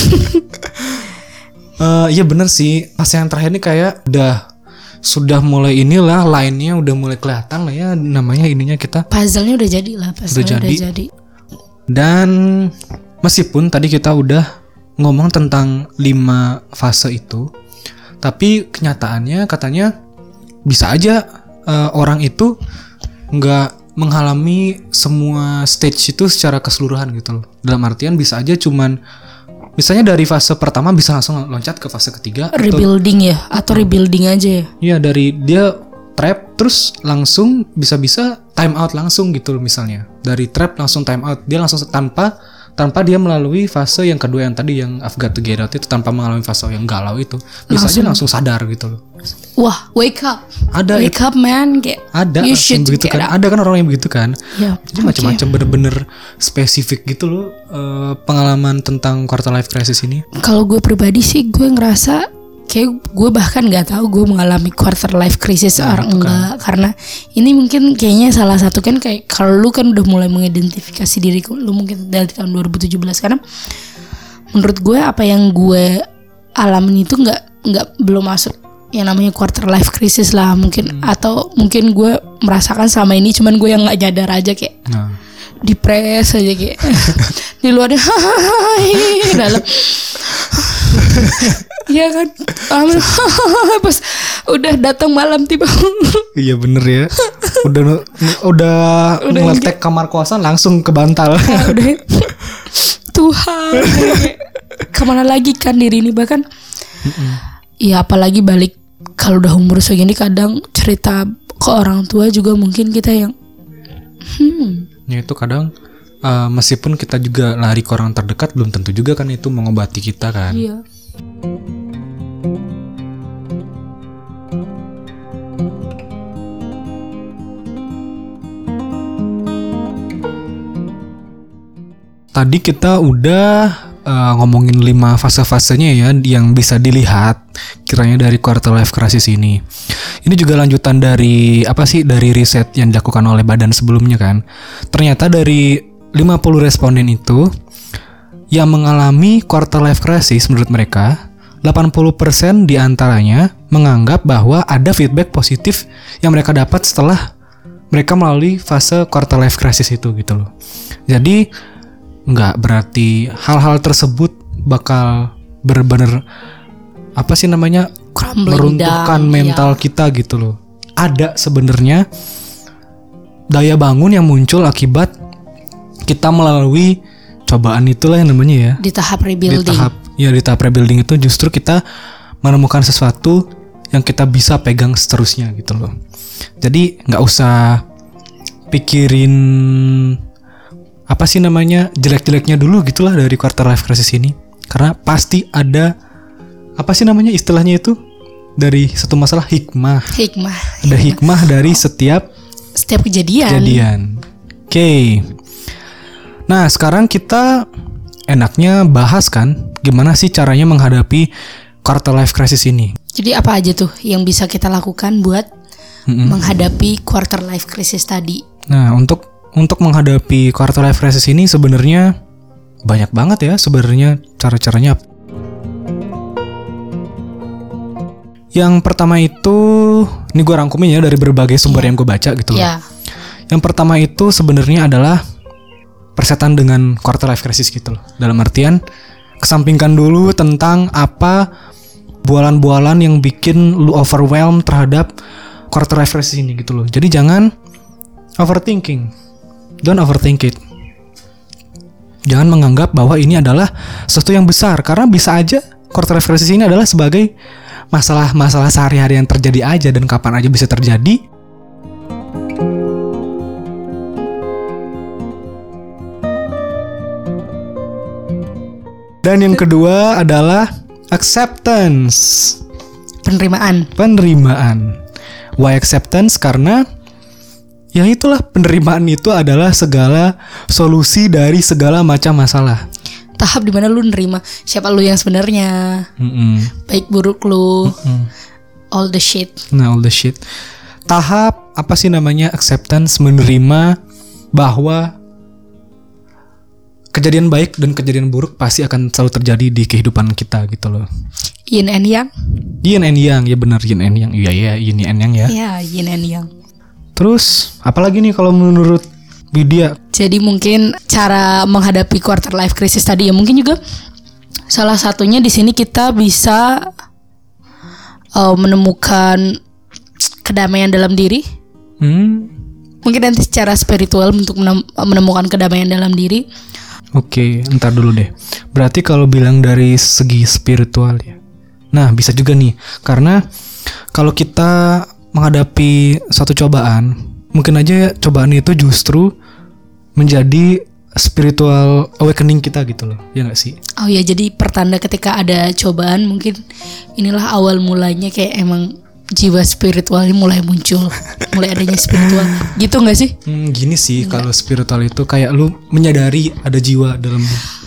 Iya bener sih, pas yang terakhir ini kayak sudah mulai inilah, line-nya udah mulai kelihatan lah ya, namanya ininya kita. Puzzle-nya udah jadi lah, udah jadi. Dan meskipun tadi kita udah ngomong tentang 5 fase itu, tapi kenyataannya katanya bisa aja orang itu nggak mengalami semua stage itu secara keseluruhan gitu loh. Dalam artian bisa aja cuman misalnya dari fase pertama bisa langsung loncat ke fase ketiga, rebuilding atau rebuilding aja ya. Iya, dari dia trap terus langsung bisa time out langsung gitu loh, misalnya. Dari trap langsung time out, dia langsung tanpa dia melalui fase yang kedua yang tadi yang I've got to get out itu, tanpa mengalami fase yang galau itu. Bisa aja langsung sadar gitu loh. Wah, wake up. Wake up man, kayak ada you should begitu kan. Ada kan orang yang begitu kan. Ya, jadi macam-macam bener-bener spesifik gitu loh pengalaman tentang quarter life crisis ini. Kalau gue pribadi sih gue ngerasa kayak gue bahkan nggak tahu gue mengalami quarter life crisis enggak, karena ini mungkin kayaknya salah satu kan kayak kalau lu kan udah mulai mengidentifikasi diri lu mungkin dari tahun 2017, karena menurut gue apa yang gue alamin itu nggak belum masuk yang namanya quarter life crisis lah mungkin, atau mungkin gue merasakan selama ini cuman gue yang nggak nyadar aja kayak depres aja kayak di luarnya dalam. Iya kan, pas udah datang malam tiba. Iya bener ya. Udah ngetek kamar kosan langsung ke bantal. Udah Tuhan. kemana lagi kan diri ini bahkan. Ya apalagi balik kalau udah umur segini kadang cerita ke orang tua juga mungkin kita yang Ya itu kadang meskipun kita juga lari ke orang terdekat belum tentu juga kan itu mengobati kita kan. Iya. Tadi kita udah ngomongin 5 fase-fasenya ya yang bisa dilihat kiranya dari quarter life crisis ini. Ini juga lanjutan dari dari riset yang dilakukan oleh badan sebelumnya kan. Ternyata dari 50 responden itu yang mengalami quarter life crisis menurut mereka 80% diantaranya menganggap bahwa ada feedback positif yang mereka dapat setelah mereka melalui fase quarter life crisis itu gitu loh. Jadi nggak berarti hal-hal tersebut bakal benar-benar meruntuhkan mental kita gitu loh. Ada sebenarnya daya bangun yang muncul akibat kita melalui cobaan itulah yang namanya ya. Di tahap rebuilding. Di tahap rebuilding itu justru kita menemukan sesuatu yang kita bisa pegang seterusnya gitu loh. Jadi nggak usah pikirin jelek-jeleknya dulu gitulah dari quarter life crisis ini, karena pasti ada istilahnya itu dari satu masalah hikmah. Ada hikmah dari setiap kejadian. Oke. Nah sekarang kita enaknya bahas kan gimana sih caranya menghadapi quarter life crisis ini. Jadi apa aja tuh yang bisa kita lakukan buat menghadapi quarter life crisis tadi? Nah untuk menghadapi quarter life crisis ini sebenarnya banyak banget ya sebenarnya cara-caranya. Yang pertama itu, ini gue rangkumin ya dari berbagai sumber yang gue baca gitu loh. Yang pertama itu sebenarnya adalah persetan dengan quarter life crisis gitu loh. Dalam artian kesampingkan dulu tentang apa bualan-bualan yang bikin lu overwhelmed terhadap quarter life crisis ini gitu loh. Jadi jangan overthinking. Don't overthink it. Jangan menganggap bahwa ini adalah sesuatu yang besar, karena bisa aja quarter life crisis ini adalah sebagai masalah sehari-hari yang terjadi aja dan kapan aja bisa terjadi. Dan yang kedua adalah acceptance. Penerimaan. Why acceptance? Karena ya itulah, penerimaan itu adalah segala solusi dari segala macam masalah. Tahap dimana lu nerima siapa lu yang sebenarnya, baik buruk lu, all the shit. Tahap acceptance, menerima bahwa kejadian baik dan kejadian buruk pasti akan selalu terjadi di kehidupan kita gitu loh. Yin and yang. Ya benar, yin and yang. Iya yin and yang ya. Iya yin and yang. Terus apalagi nih kalau menurut Widya? Jadi mungkin cara menghadapi quarter life crisis tadi ya mungkin juga salah satunya di sini kita bisa menemukan kedamaian dalam diri. Mungkin nanti secara spiritual untuk menemukan kedamaian dalam diri. Oke, entar dulu deh. Berarti kalau bilang dari segi spiritual ya. Nah, bisa juga nih. Karena kalau kita menghadapi suatu cobaan, mungkin aja cobaan itu justru menjadi spiritual awakening kita gitu loh, ya nggak sih? Oh ya, jadi pertanda ketika ada cobaan mungkin inilah awal mulanya kayak emang jiwa spiritualnya mulai muncul, mulai adanya spiritual, gitu nggak sih? Gini sih, kalau spiritual itu kayak lu menyadari ada jiwa dalam,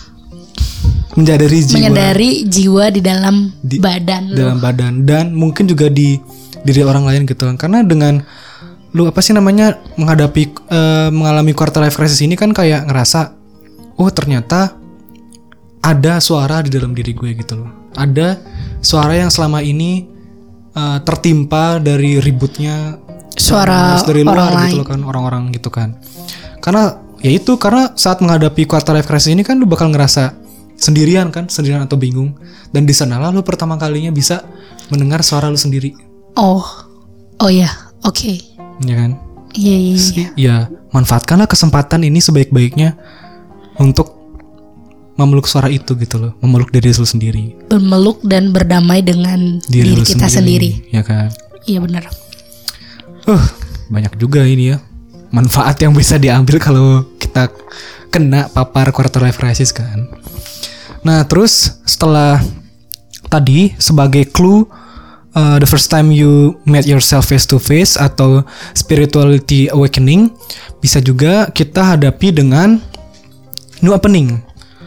menyadari jiwa di dalam badan, dan mungkin juga di diri orang lain gitu kan. Karena dengan lu mengalami quarter life crisis ini kan kayak ngerasa, oh ternyata ada suara di dalam diri gue gitu loh. Ada suara yang selama ini tertimpa dari ributnya suara dari luar orang gitu loh kan, orang-orang gitu kan. Karena saat menghadapi quarter life crisis ini kan lu bakal ngerasa sendirian atau bingung, dan di sanalah lu pertama kalinya bisa mendengar suara lu sendiri. Oh ya, oke. Ya kan? Iya. Ya, manfaatkanlah kesempatan ini sebaik-baiknya untuk memeluk suara itu gitu loh, memeluk diri lu sendiri, Bermeluk dan berdamai dengan diri lu kita sendiri. ya kan. Iya benar. Banyak juga ini ya manfaat yang bisa diambil kalau kita kena papar quarter life crisis kan. Nah terus setelah tadi sebagai clue, the first time you met yourself face to face atau spirituality awakening, bisa juga kita hadapi dengan new opening,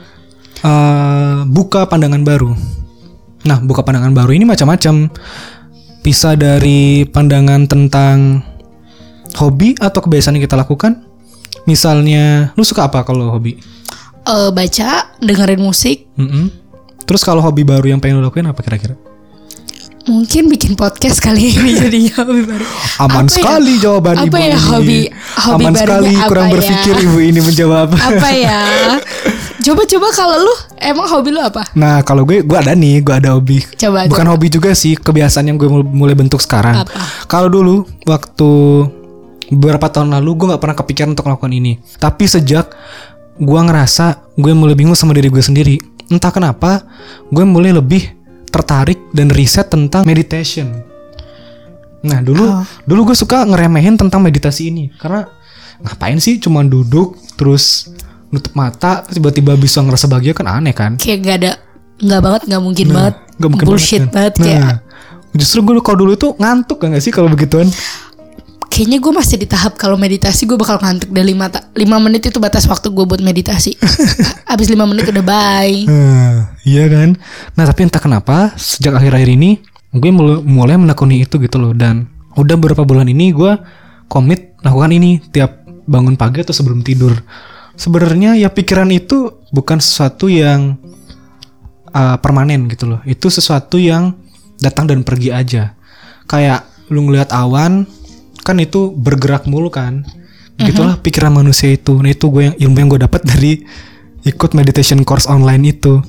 buka pandangan baru. Nah buka pandangan baru ini macam-macam, bisa dari pandangan tentang hobi atau kebiasaan yang kita lakukan. Misalnya lu suka apa kalau hobi? Baca, dengerin musik. Terus kalau hobi baru yang pengen lu lakuin apa kira-kira? Mungkin bikin podcast kali ini jadinya hobi baru. Aman Apa sekali ya? jawaban Apa ibu ya ini. hobi Aman sekali, barunya kurang apa berpikir ya? ibu ini menjawab. Apa ya? Coba kalau lu emang hobi lu apa? Nah kalau gue ada hobi. Coba. Bukan hobi juga sih, kebiasaan yang gue mulai bentuk sekarang. Apa? Kalau dulu waktu beberapa tahun lalu gue nggak pernah kepikiran untuk melakukan ini. Tapi sejak gue ngerasa gue mulai bingung sama diri gue sendiri, entah kenapa gue mulai lebih tertarik dan riset tentang meditation. Nah dulu gue suka ngeremehin tentang meditasi ini, karena ngapain sih cuma duduk terus nutup mata tiba-tiba bisa ngerasa bahagia, kan aneh kan? Kayak nggak mungkin banget. Gak mungkin Bullshit banget kan? kayak. Justru gue kalau dulu itu ngantuk gak sih kalau begituan? Kayaknya gue masih di tahap kalau meditasi gue bakal ngantuk dari 5 menit itu batas waktu gue buat meditasi. Abis 5 menit udah bye. Iya kan. Nah tapi entah kenapa sejak akhir-akhir ini gue mulai menekuni itu gitu loh. Dan udah beberapa bulan ini gue komit melakukan ini tiap bangun pagi atau sebelum tidur. Sebenarnya ya pikiran itu bukan sesuatu yang permanen gitu loh. Itu sesuatu yang datang dan pergi aja. Kayak lu ngeliat awan kan itu bergerak mulu kan. Begitulah pikiran manusia itu. Nah itu ilmu yang gue dapat dari ikut meditation course online itu.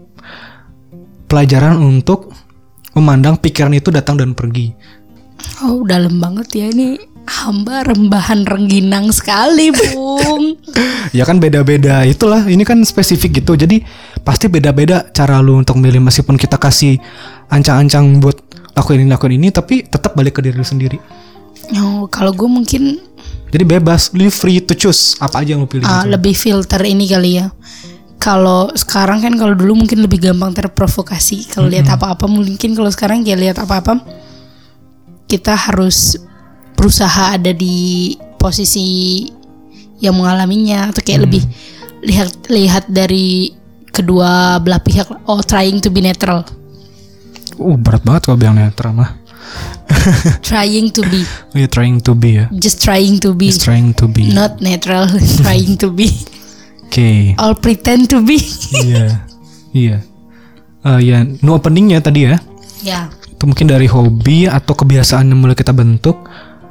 Pelajaran untuk memandang pikiran itu datang dan pergi. Oh dalam banget ya ini. Hamba rembahan rengginang sekali Bung. Ya kan beda-beda. Itulah ini kan spesifik gitu. Jadi pasti beda-beda cara lu untuk milih. Meskipun kita kasih ancang-ancang buat lakuin ini, tapi tetap balik ke diri lu sendiri. Oh, kalau gue mungkin jadi bebas, lu free to choose apa aja yang lu pilih. Gitu. Lebih filter ini kali ya. Kalau sekarang kan kalau dulu mungkin lebih gampang terprovokasi. Kalau lihat apa-apa mungkin kalau sekarang kayak lihat apa-apa kita harus berusaha ada di posisi yang mengalaminya atau kayak lebih lihat dari kedua belah pihak. Oh, trying to be neutral. Berat banget kalau bilang netral mah. Trying to be. Yeah, trying to be ya. Just trying to be. Just trying to be. Not neutral. Trying to be. Okay. All pretend to be. Iya. Ya, no openingnya tadi ya. Ya. Itu mungkin dari hobi atau kebiasaan yang mulai kita bentuk.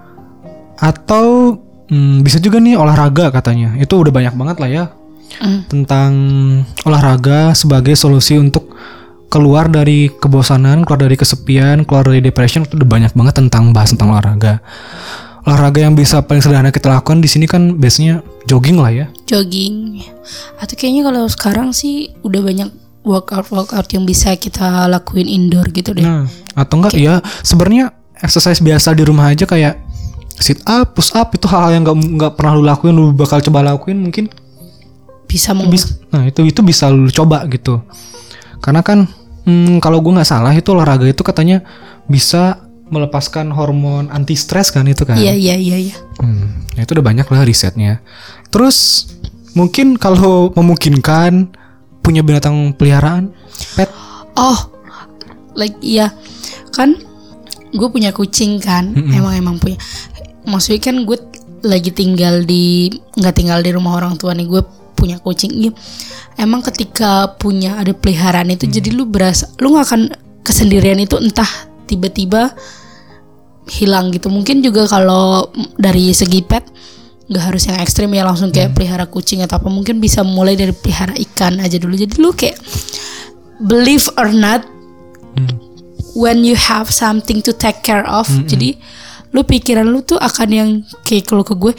Atau bisa juga nih olahraga katanya. Itu udah banyak banget lah ya. Tentang olahraga sebagai solusi untuk keluar dari kebosanan, keluar dari kesepian, keluar dari depression. Itu udah banyak banget bahas tentang olahraga. Olahraga yang bisa paling sederhana kita lakukan di sini kan biasanya jogging lah ya. Jogging. Atau kayaknya kalau sekarang sih udah banyak workout yang bisa kita lakuin indoor gitu deh. Nah, atau enggak ya sebenarnya exercise biasa di rumah aja kayak sit up, push up, itu hal-hal yang nggak pernah lu lakuin, lu bakal coba lakuin mungkin. Nah itu bisa lu coba gitu. Karena kan kalau gue nggak salah itu olahraga itu katanya bisa melepaskan hormon anti stres kan itu kan. Iya. Itu udah banyak lah risetnya. Terus mungkin kalau memungkinkan punya binatang peliharaan, pet. Iya kan gue punya kucing kan. Emang punya. Maksudnya kan gue lagi nggak tinggal di rumah orang tua nih, gue punya kucing. Iya. Emang ketika punya ada peliharaan itu jadi lu berasa lu nggak akan kesendirian itu, entah tiba-tiba hilang gitu. Mungkin juga kalau dari segi pet nggak harus yang ekstrim ya langsung kayak pelihara kucing atau apa, mungkin bisa mulai dari pelihara ikan aja dulu. Jadi lu kayak believe or not when you have something to take care of, jadi lu pikiran lu tuh akan yang kayak kalau ke gue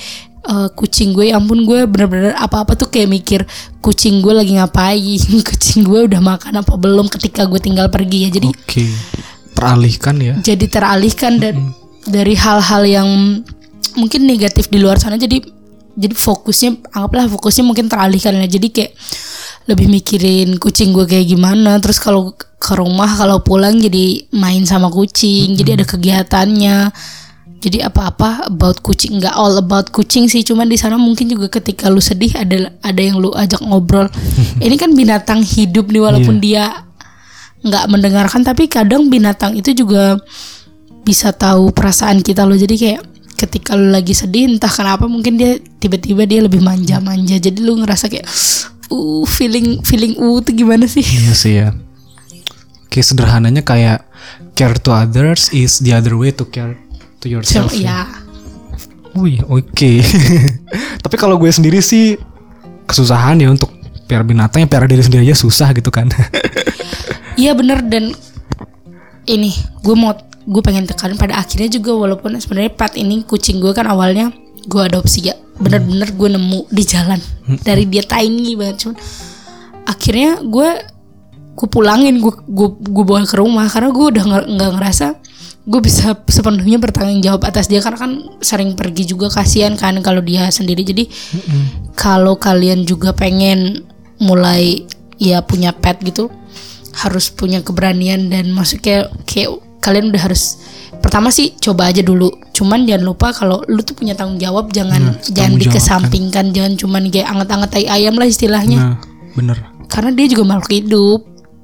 kucing gue, ya ampun gue bener-bener apa-apa tuh kayak mikir kucing gue lagi ngapain, kucing gue udah makan apa belum ketika gue tinggal pergi ya. Jadi teralihkan ya. Jadi teralihkan dari hal-hal yang mungkin negatif di luar sana. Jadi fokusnya, anggaplah fokusnya mungkin teralihkan ya. Jadi kayak lebih mikirin kucing gue kayak gimana. Terus kalau ke rumah, kalau pulang jadi main sama kucing. Jadi ada kegiatannya. Jadi apa-apa about kucing, nggak all about kucing sih, cuman di sana mungkin juga ketika lu sedih ada yang lu ajak ngobrol. Ini kan binatang hidup nih, walaupun dia nggak mendengarkan, tapi kadang binatang itu juga bisa tahu perasaan kita loh. Jadi kayak ketika lu lagi sedih, entah kenapa mungkin dia tiba-tiba dia lebih manja-manja. Jadi lu ngerasa kayak feeling tuh gimana sih? Iya sih ya. Kayak sederhananya kayak care to others is the other way to care to yourself. Ya. Wih, oke. Tapi kalau gue sendiri sih kesusahan ya untuk piara binatang, ya piara diri sendiri aja susah gitu kan. Iya bener, dan ini gue pengen tekan pada akhirnya juga, walaupun sebenarnya pet ini kucing gue kan awalnya gue adopsi ya, bener-bener gue nemu di jalan dari dia tiny banget, cuman akhirnya gue pulangin, gue bawa ke rumah karena gue udah nggak ngerasa gue bisa sepenuhnya bertanggung jawab atas dia, karena kan sering pergi juga, kasihan kan kalau dia sendiri. Jadi kalau kalian juga pengen mulai ya punya pet gitu, harus punya keberanian, dan maksudnya kayak kalian udah harus, pertama sih coba aja dulu, cuman jangan lupa kalau lu tuh punya tanggung jawab, jangan dikesampingkan, jangan cuman kayak anget-anget tai ayam lah istilahnya. Bener, karena dia juga makhluk hidup.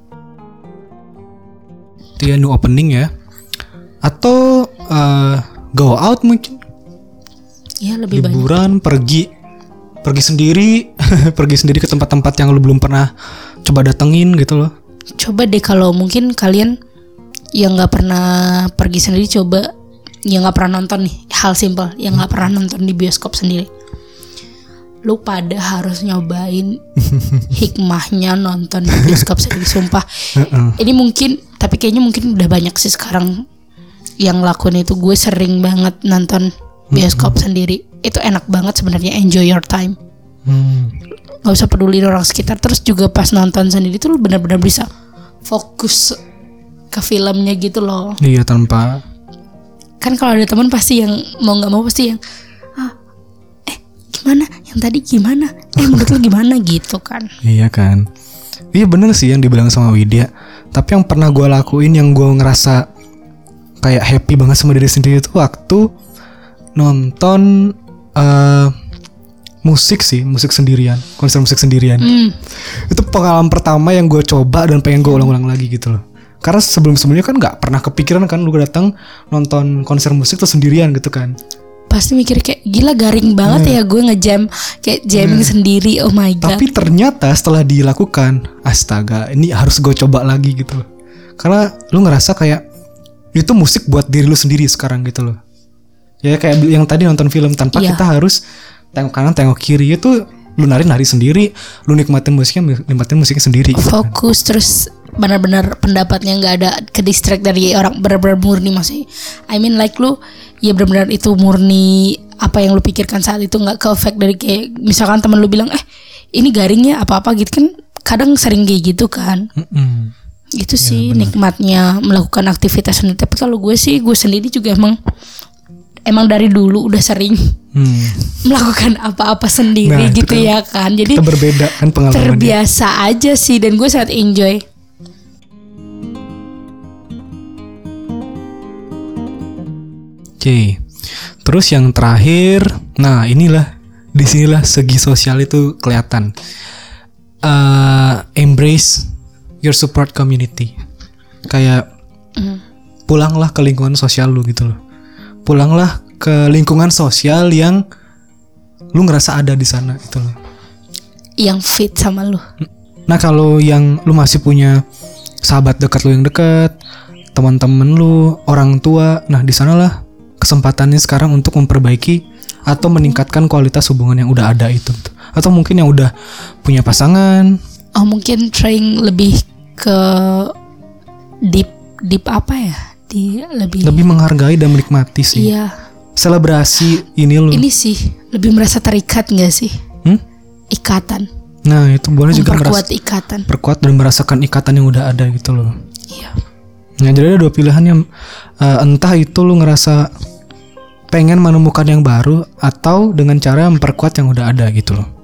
Itu ya new opening ya. Atau go out mungkin ya, lebih liburan, banyak. pergi sendiri pergi sendiri ke tempat-tempat yang lu belum pernah coba datengin gitu loh. Coba deh kalau mungkin kalian yang nggak pernah pergi sendiri, coba yang nggak pernah nonton nih, hal simpel yang nggak pernah nonton di bioskop sendiri, lu pada harus nyobain hikmahnya nonton di bioskop sendiri, sumpah. Ini mungkin, tapi kayaknya mungkin udah banyak sih sekarang yang lakuin itu. Gue sering banget nonton bioskop sendiri, itu enak banget sebenarnya, enjoy your time. Gak usah peduli orang sekitar. Terus juga pas nonton sendiri tuh lu benar-benar bisa fokus ke filmnya gitu loh. Iya, tanpa, kan kalau ada teman pasti yang mau nggak mau pasti yang gimana yang tadi, gimana menurut lu gimana gitu kan. Iya kan. Iya bener sih yang dibilang sama Widya. Tapi yang pernah gue lakuin, yang gue ngerasa kayak happy banget sama diri sendiri itu waktu nonton musik sendirian, konser musik sendirian. Itu pengalaman pertama yang gue coba dan pengen gue ulang-ulang lagi gitu loh. Karena sebelum-sebelumnya kan gak pernah kepikiran kan lu datang nonton konser musik tuh sendirian gitu kan. Pasti mikir kayak gila, garing banget ya gue ngejam kayak jamming sendiri. Oh my god. Tapi ternyata setelah dilakukan, astaga, ini harus gue coba lagi gitu loh. Karena lu ngerasa kayak itu musik buat diri lu sendiri sekarang gitu loh. Ya kayak yang tadi nonton film tanpa kita harus tengok kanan tengok kiri, itu lu nari sendiri, lu nikmatin musiknya sendiri. Fokus gitu. Terus benar-benar pendapatnya nggak ada ke distract dari orang, benar-benar murni masih. I mean like lu ya benar-benar itu murni apa yang lu pikirkan saat itu, nggak ke efek dari kayak misalkan temen lu bilang ini garingnya apa gitu kan, kadang sering kayak gitu kan. Itu sih nikmatnya melakukan aktivitas sendiri. Tapi kalau gue sendiri juga emang dari dulu udah sering melakukan apa-apa sendiri gitu kan, ya kan. Jadi kita berbeda kan pengalamannya. Terbiasa aja sih, dan gue sangat enjoy. Oke. Terus yang terakhir, nah disinilah segi sosial itu kelihatan. Embrace your support community. Kayak pulanglah ke lingkungan sosial lu gitu loh. Pulanglah ke lingkungan sosial yang lu ngerasa ada di sana gitu loh. Yang fit sama lu. Nah kalau yang lu masih punya sahabat dekat lu yang dekat, teman-teman lu, orang tua, nah di sanalah kesempatannya sekarang untuk memperbaiki atau meningkatkan kualitas hubungan yang udah ada itu. Atau mungkin yang udah punya pasangan. Oh mungkin trying lebih ke deep apa ya? Lebih menghargai dan menikmati sih. Iya. selebrasi ini loh. Ini sih lebih merasa terikat nggak sih? Ikatan. Nah itu boleh juga Memperkuat ikatan. perkuat dan merasakan ikatan yang udah ada gitu loh. Iya. Nah jadi ada dua pilihan yang entah itu lu ngerasa pengen menemukan yang baru atau dengan cara memperkuat yang udah ada gitu loh.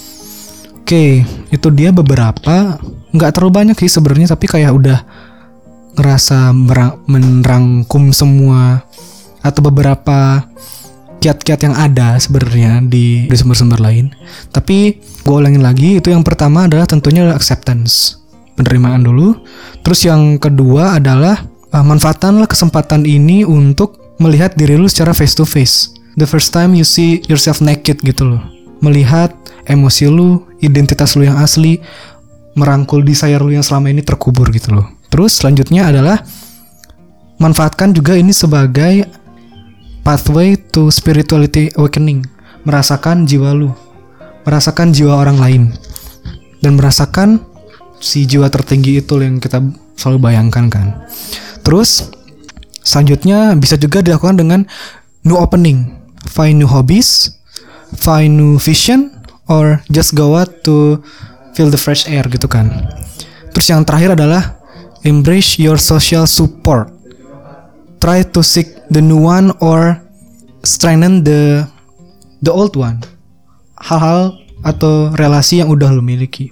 Oke, itu dia beberapa, nggak terlalu banyak sih sebenarnya, tapi kayak udah ngerasa merangkum semua atau beberapa kiat-kiat yang ada sebenarnya di sumber-sumber lain. Tapi gue ulangin lagi, itu yang pertama adalah tentunya acceptance, penerimaan dulu. Terus yang kedua adalah manfaatkanlah kesempatan ini untuk melihat diri lu secara face to face. The first time you see yourself naked gitu loh. Melihat emosi lu, identitas lu yang asli, merangkul desire lu yang selama ini terkubur gitu loh. Terus selanjutnya adalah manfaatkan juga ini sebagai pathway to spirituality awakening. Merasakan jiwa lu, merasakan jiwa orang lain, dan merasakan si jiwa tertinggi itu yang kita selalu bayangkan kan. Terus selanjutnya bisa juga dilakukan dengan new opening, find new hobbies, find new vision, or just go out to feel the fresh air gitu kan. Terus yang terakhir adalah embrace your social support. Try to seek the new one or strengthen the old one. Hal-hal atau relasi yang udah lo miliki.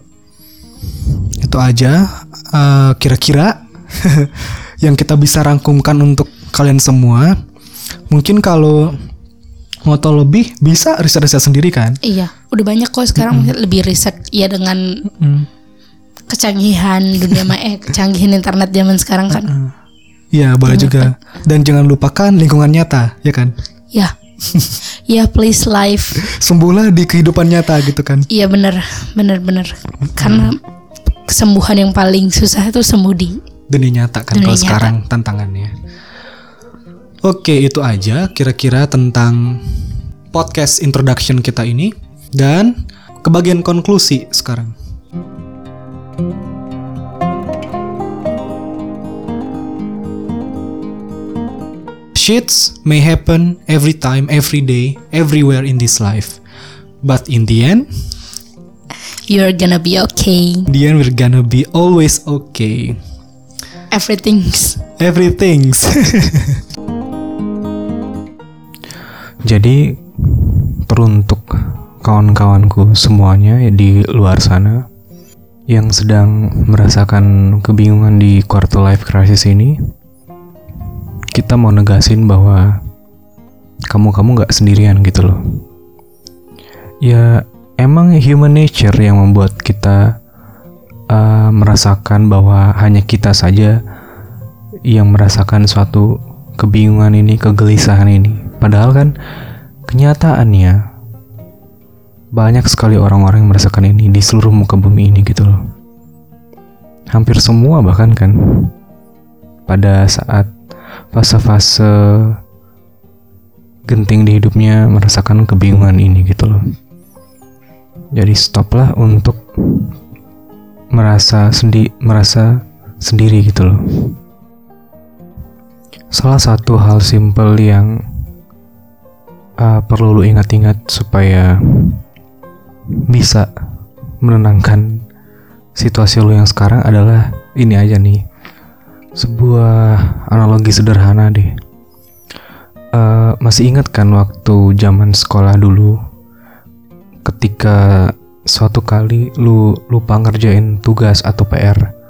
Itu aja kira-kira yang kita bisa rangkumkan untuk kalian semua. Mungkin kalau mau tahu lebih bisa riset-riset sendiri kan? Iya, udah banyak kok sekarang lebih riset ya dengan kecanggihan dunia kecanggihan internet zaman sekarang kan. Iya, boleh juga. Dan jangan lupakan lingkungan nyata, ya kan? Ya. Ya, please life. Sembuhlah di kehidupan nyata gitu kan? Iya, benar. Karena kesembuhan yang paling susah itu sembuh di dunia nyata kan kalau sekarang tantangannya. Oke, itu aja kira-kira tentang podcast introduction kita ini. Dan ke bagian konklusi sekarang. Shits may happen every time, every day, everywhere in this life. But in the end, you're gonna be okay. In the end, we're gonna be always okay. Everything's. Jadi teruntuk kawan-kawanku semuanya di luar sana yang sedang merasakan kebingungan di quarter life crisis ini, kita mau negasin bahwa kamu gak sendirian gitu loh. Ya emang human nature yang membuat kita merasakan bahwa hanya kita saja yang merasakan suatu kebingungan ini, kegelisahan ini. Padahal kan kenyataannya banyak sekali orang-orang yang merasakan ini di seluruh muka bumi ini gitu loh. Hampir semua bahkan kan pada saat fase-fase genting di hidupnya merasakan kebingungan ini gitu loh. Jadi stoplah untuk merasa sendiri gitu loh. Salah satu hal simpel yang perlu lu ingat-ingat supaya bisa menenangkan situasi lu yang sekarang adalah ini aja nih. Sebuah analogi sederhana deh. Masih ingat kan waktu zaman sekolah dulu, ketika suatu kali lu lupa ngerjain tugas atau PR,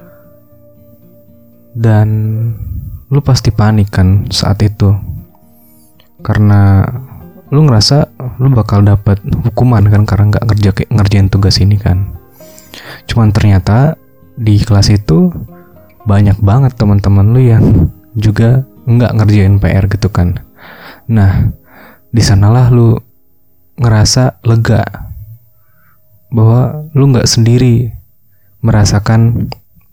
dan lu pasti panik kan saat itu, karena lu ngerasa lu bakal dapat hukuman kan karena nggak ngerjain tugas ini kan. Cuman ternyata di kelas itu banyak banget teman-teman lu yang juga nggak ngerjain PR gitu kan. Nah, di sanalah lu ngerasa lega bahwa lu nggak sendiri merasakan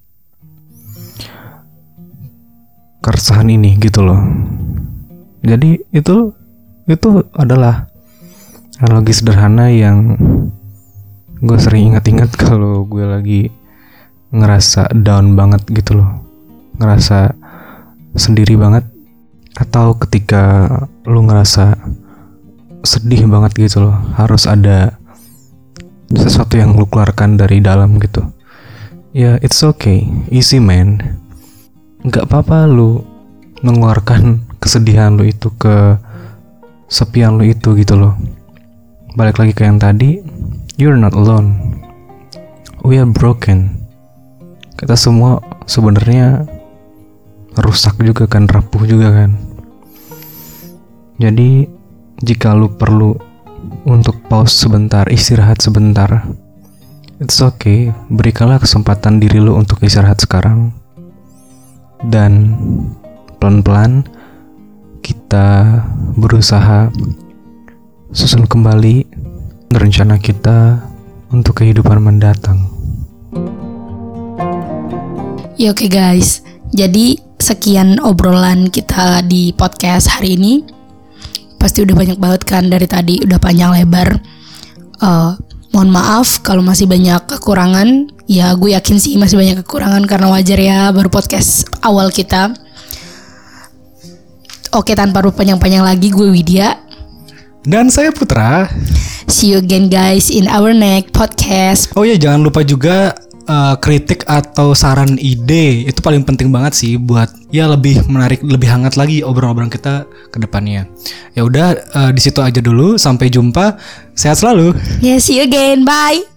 keresahan ini gitu loh. Jadi itu adalah analogi sederhana yang gue sering ingat-ingat kalau gue lagi ngerasa down banget gitu loh, ngerasa sendiri banget. Atau ketika lu ngerasa sedih banget gitu loh, harus ada sesuatu yang lu keluarkan dari dalam gitu. Ya it's okay, easy man. Gak apa-apa lu mengeluarkan kesedihan lu itu, ke sepian lu itu gitu loh. Balik lagi ke yang tadi, you're not alone. We are broken. Kita semua sebenarnya rusak juga kan, rapuh juga kan. Jadi jika lu perlu untuk pause sebentar, istirahat sebentar, it's okay. Berikanlah kesempatan diri lu untuk istirahat sekarang. Dan pelan-pelan kita berusaha susun kembali rencana kita untuk kehidupan mendatang. Ya oke guys, jadi sekian obrolan kita di podcast hari ini. Pasti udah banyak banget kan dari tadi, udah panjang lebar. Mohon maaf kalau masih banyak kekurangan. Ya gue yakin sih masih banyak kekurangan karena wajar ya, baru podcast awal kita. Oke, tanpa panjang-panjang lagi, gue Widya. Dan saya Putra. See you again guys in our next podcast. Oh ya, jangan lupa juga kritik atau saran ide itu paling penting banget sih buat ya lebih menarik, lebih hangat lagi obrolan-obrolan kita ke depannya. Ya udah, di situ aja dulu. Sampai jumpa. Sehat selalu. Yeah, see you again. Bye.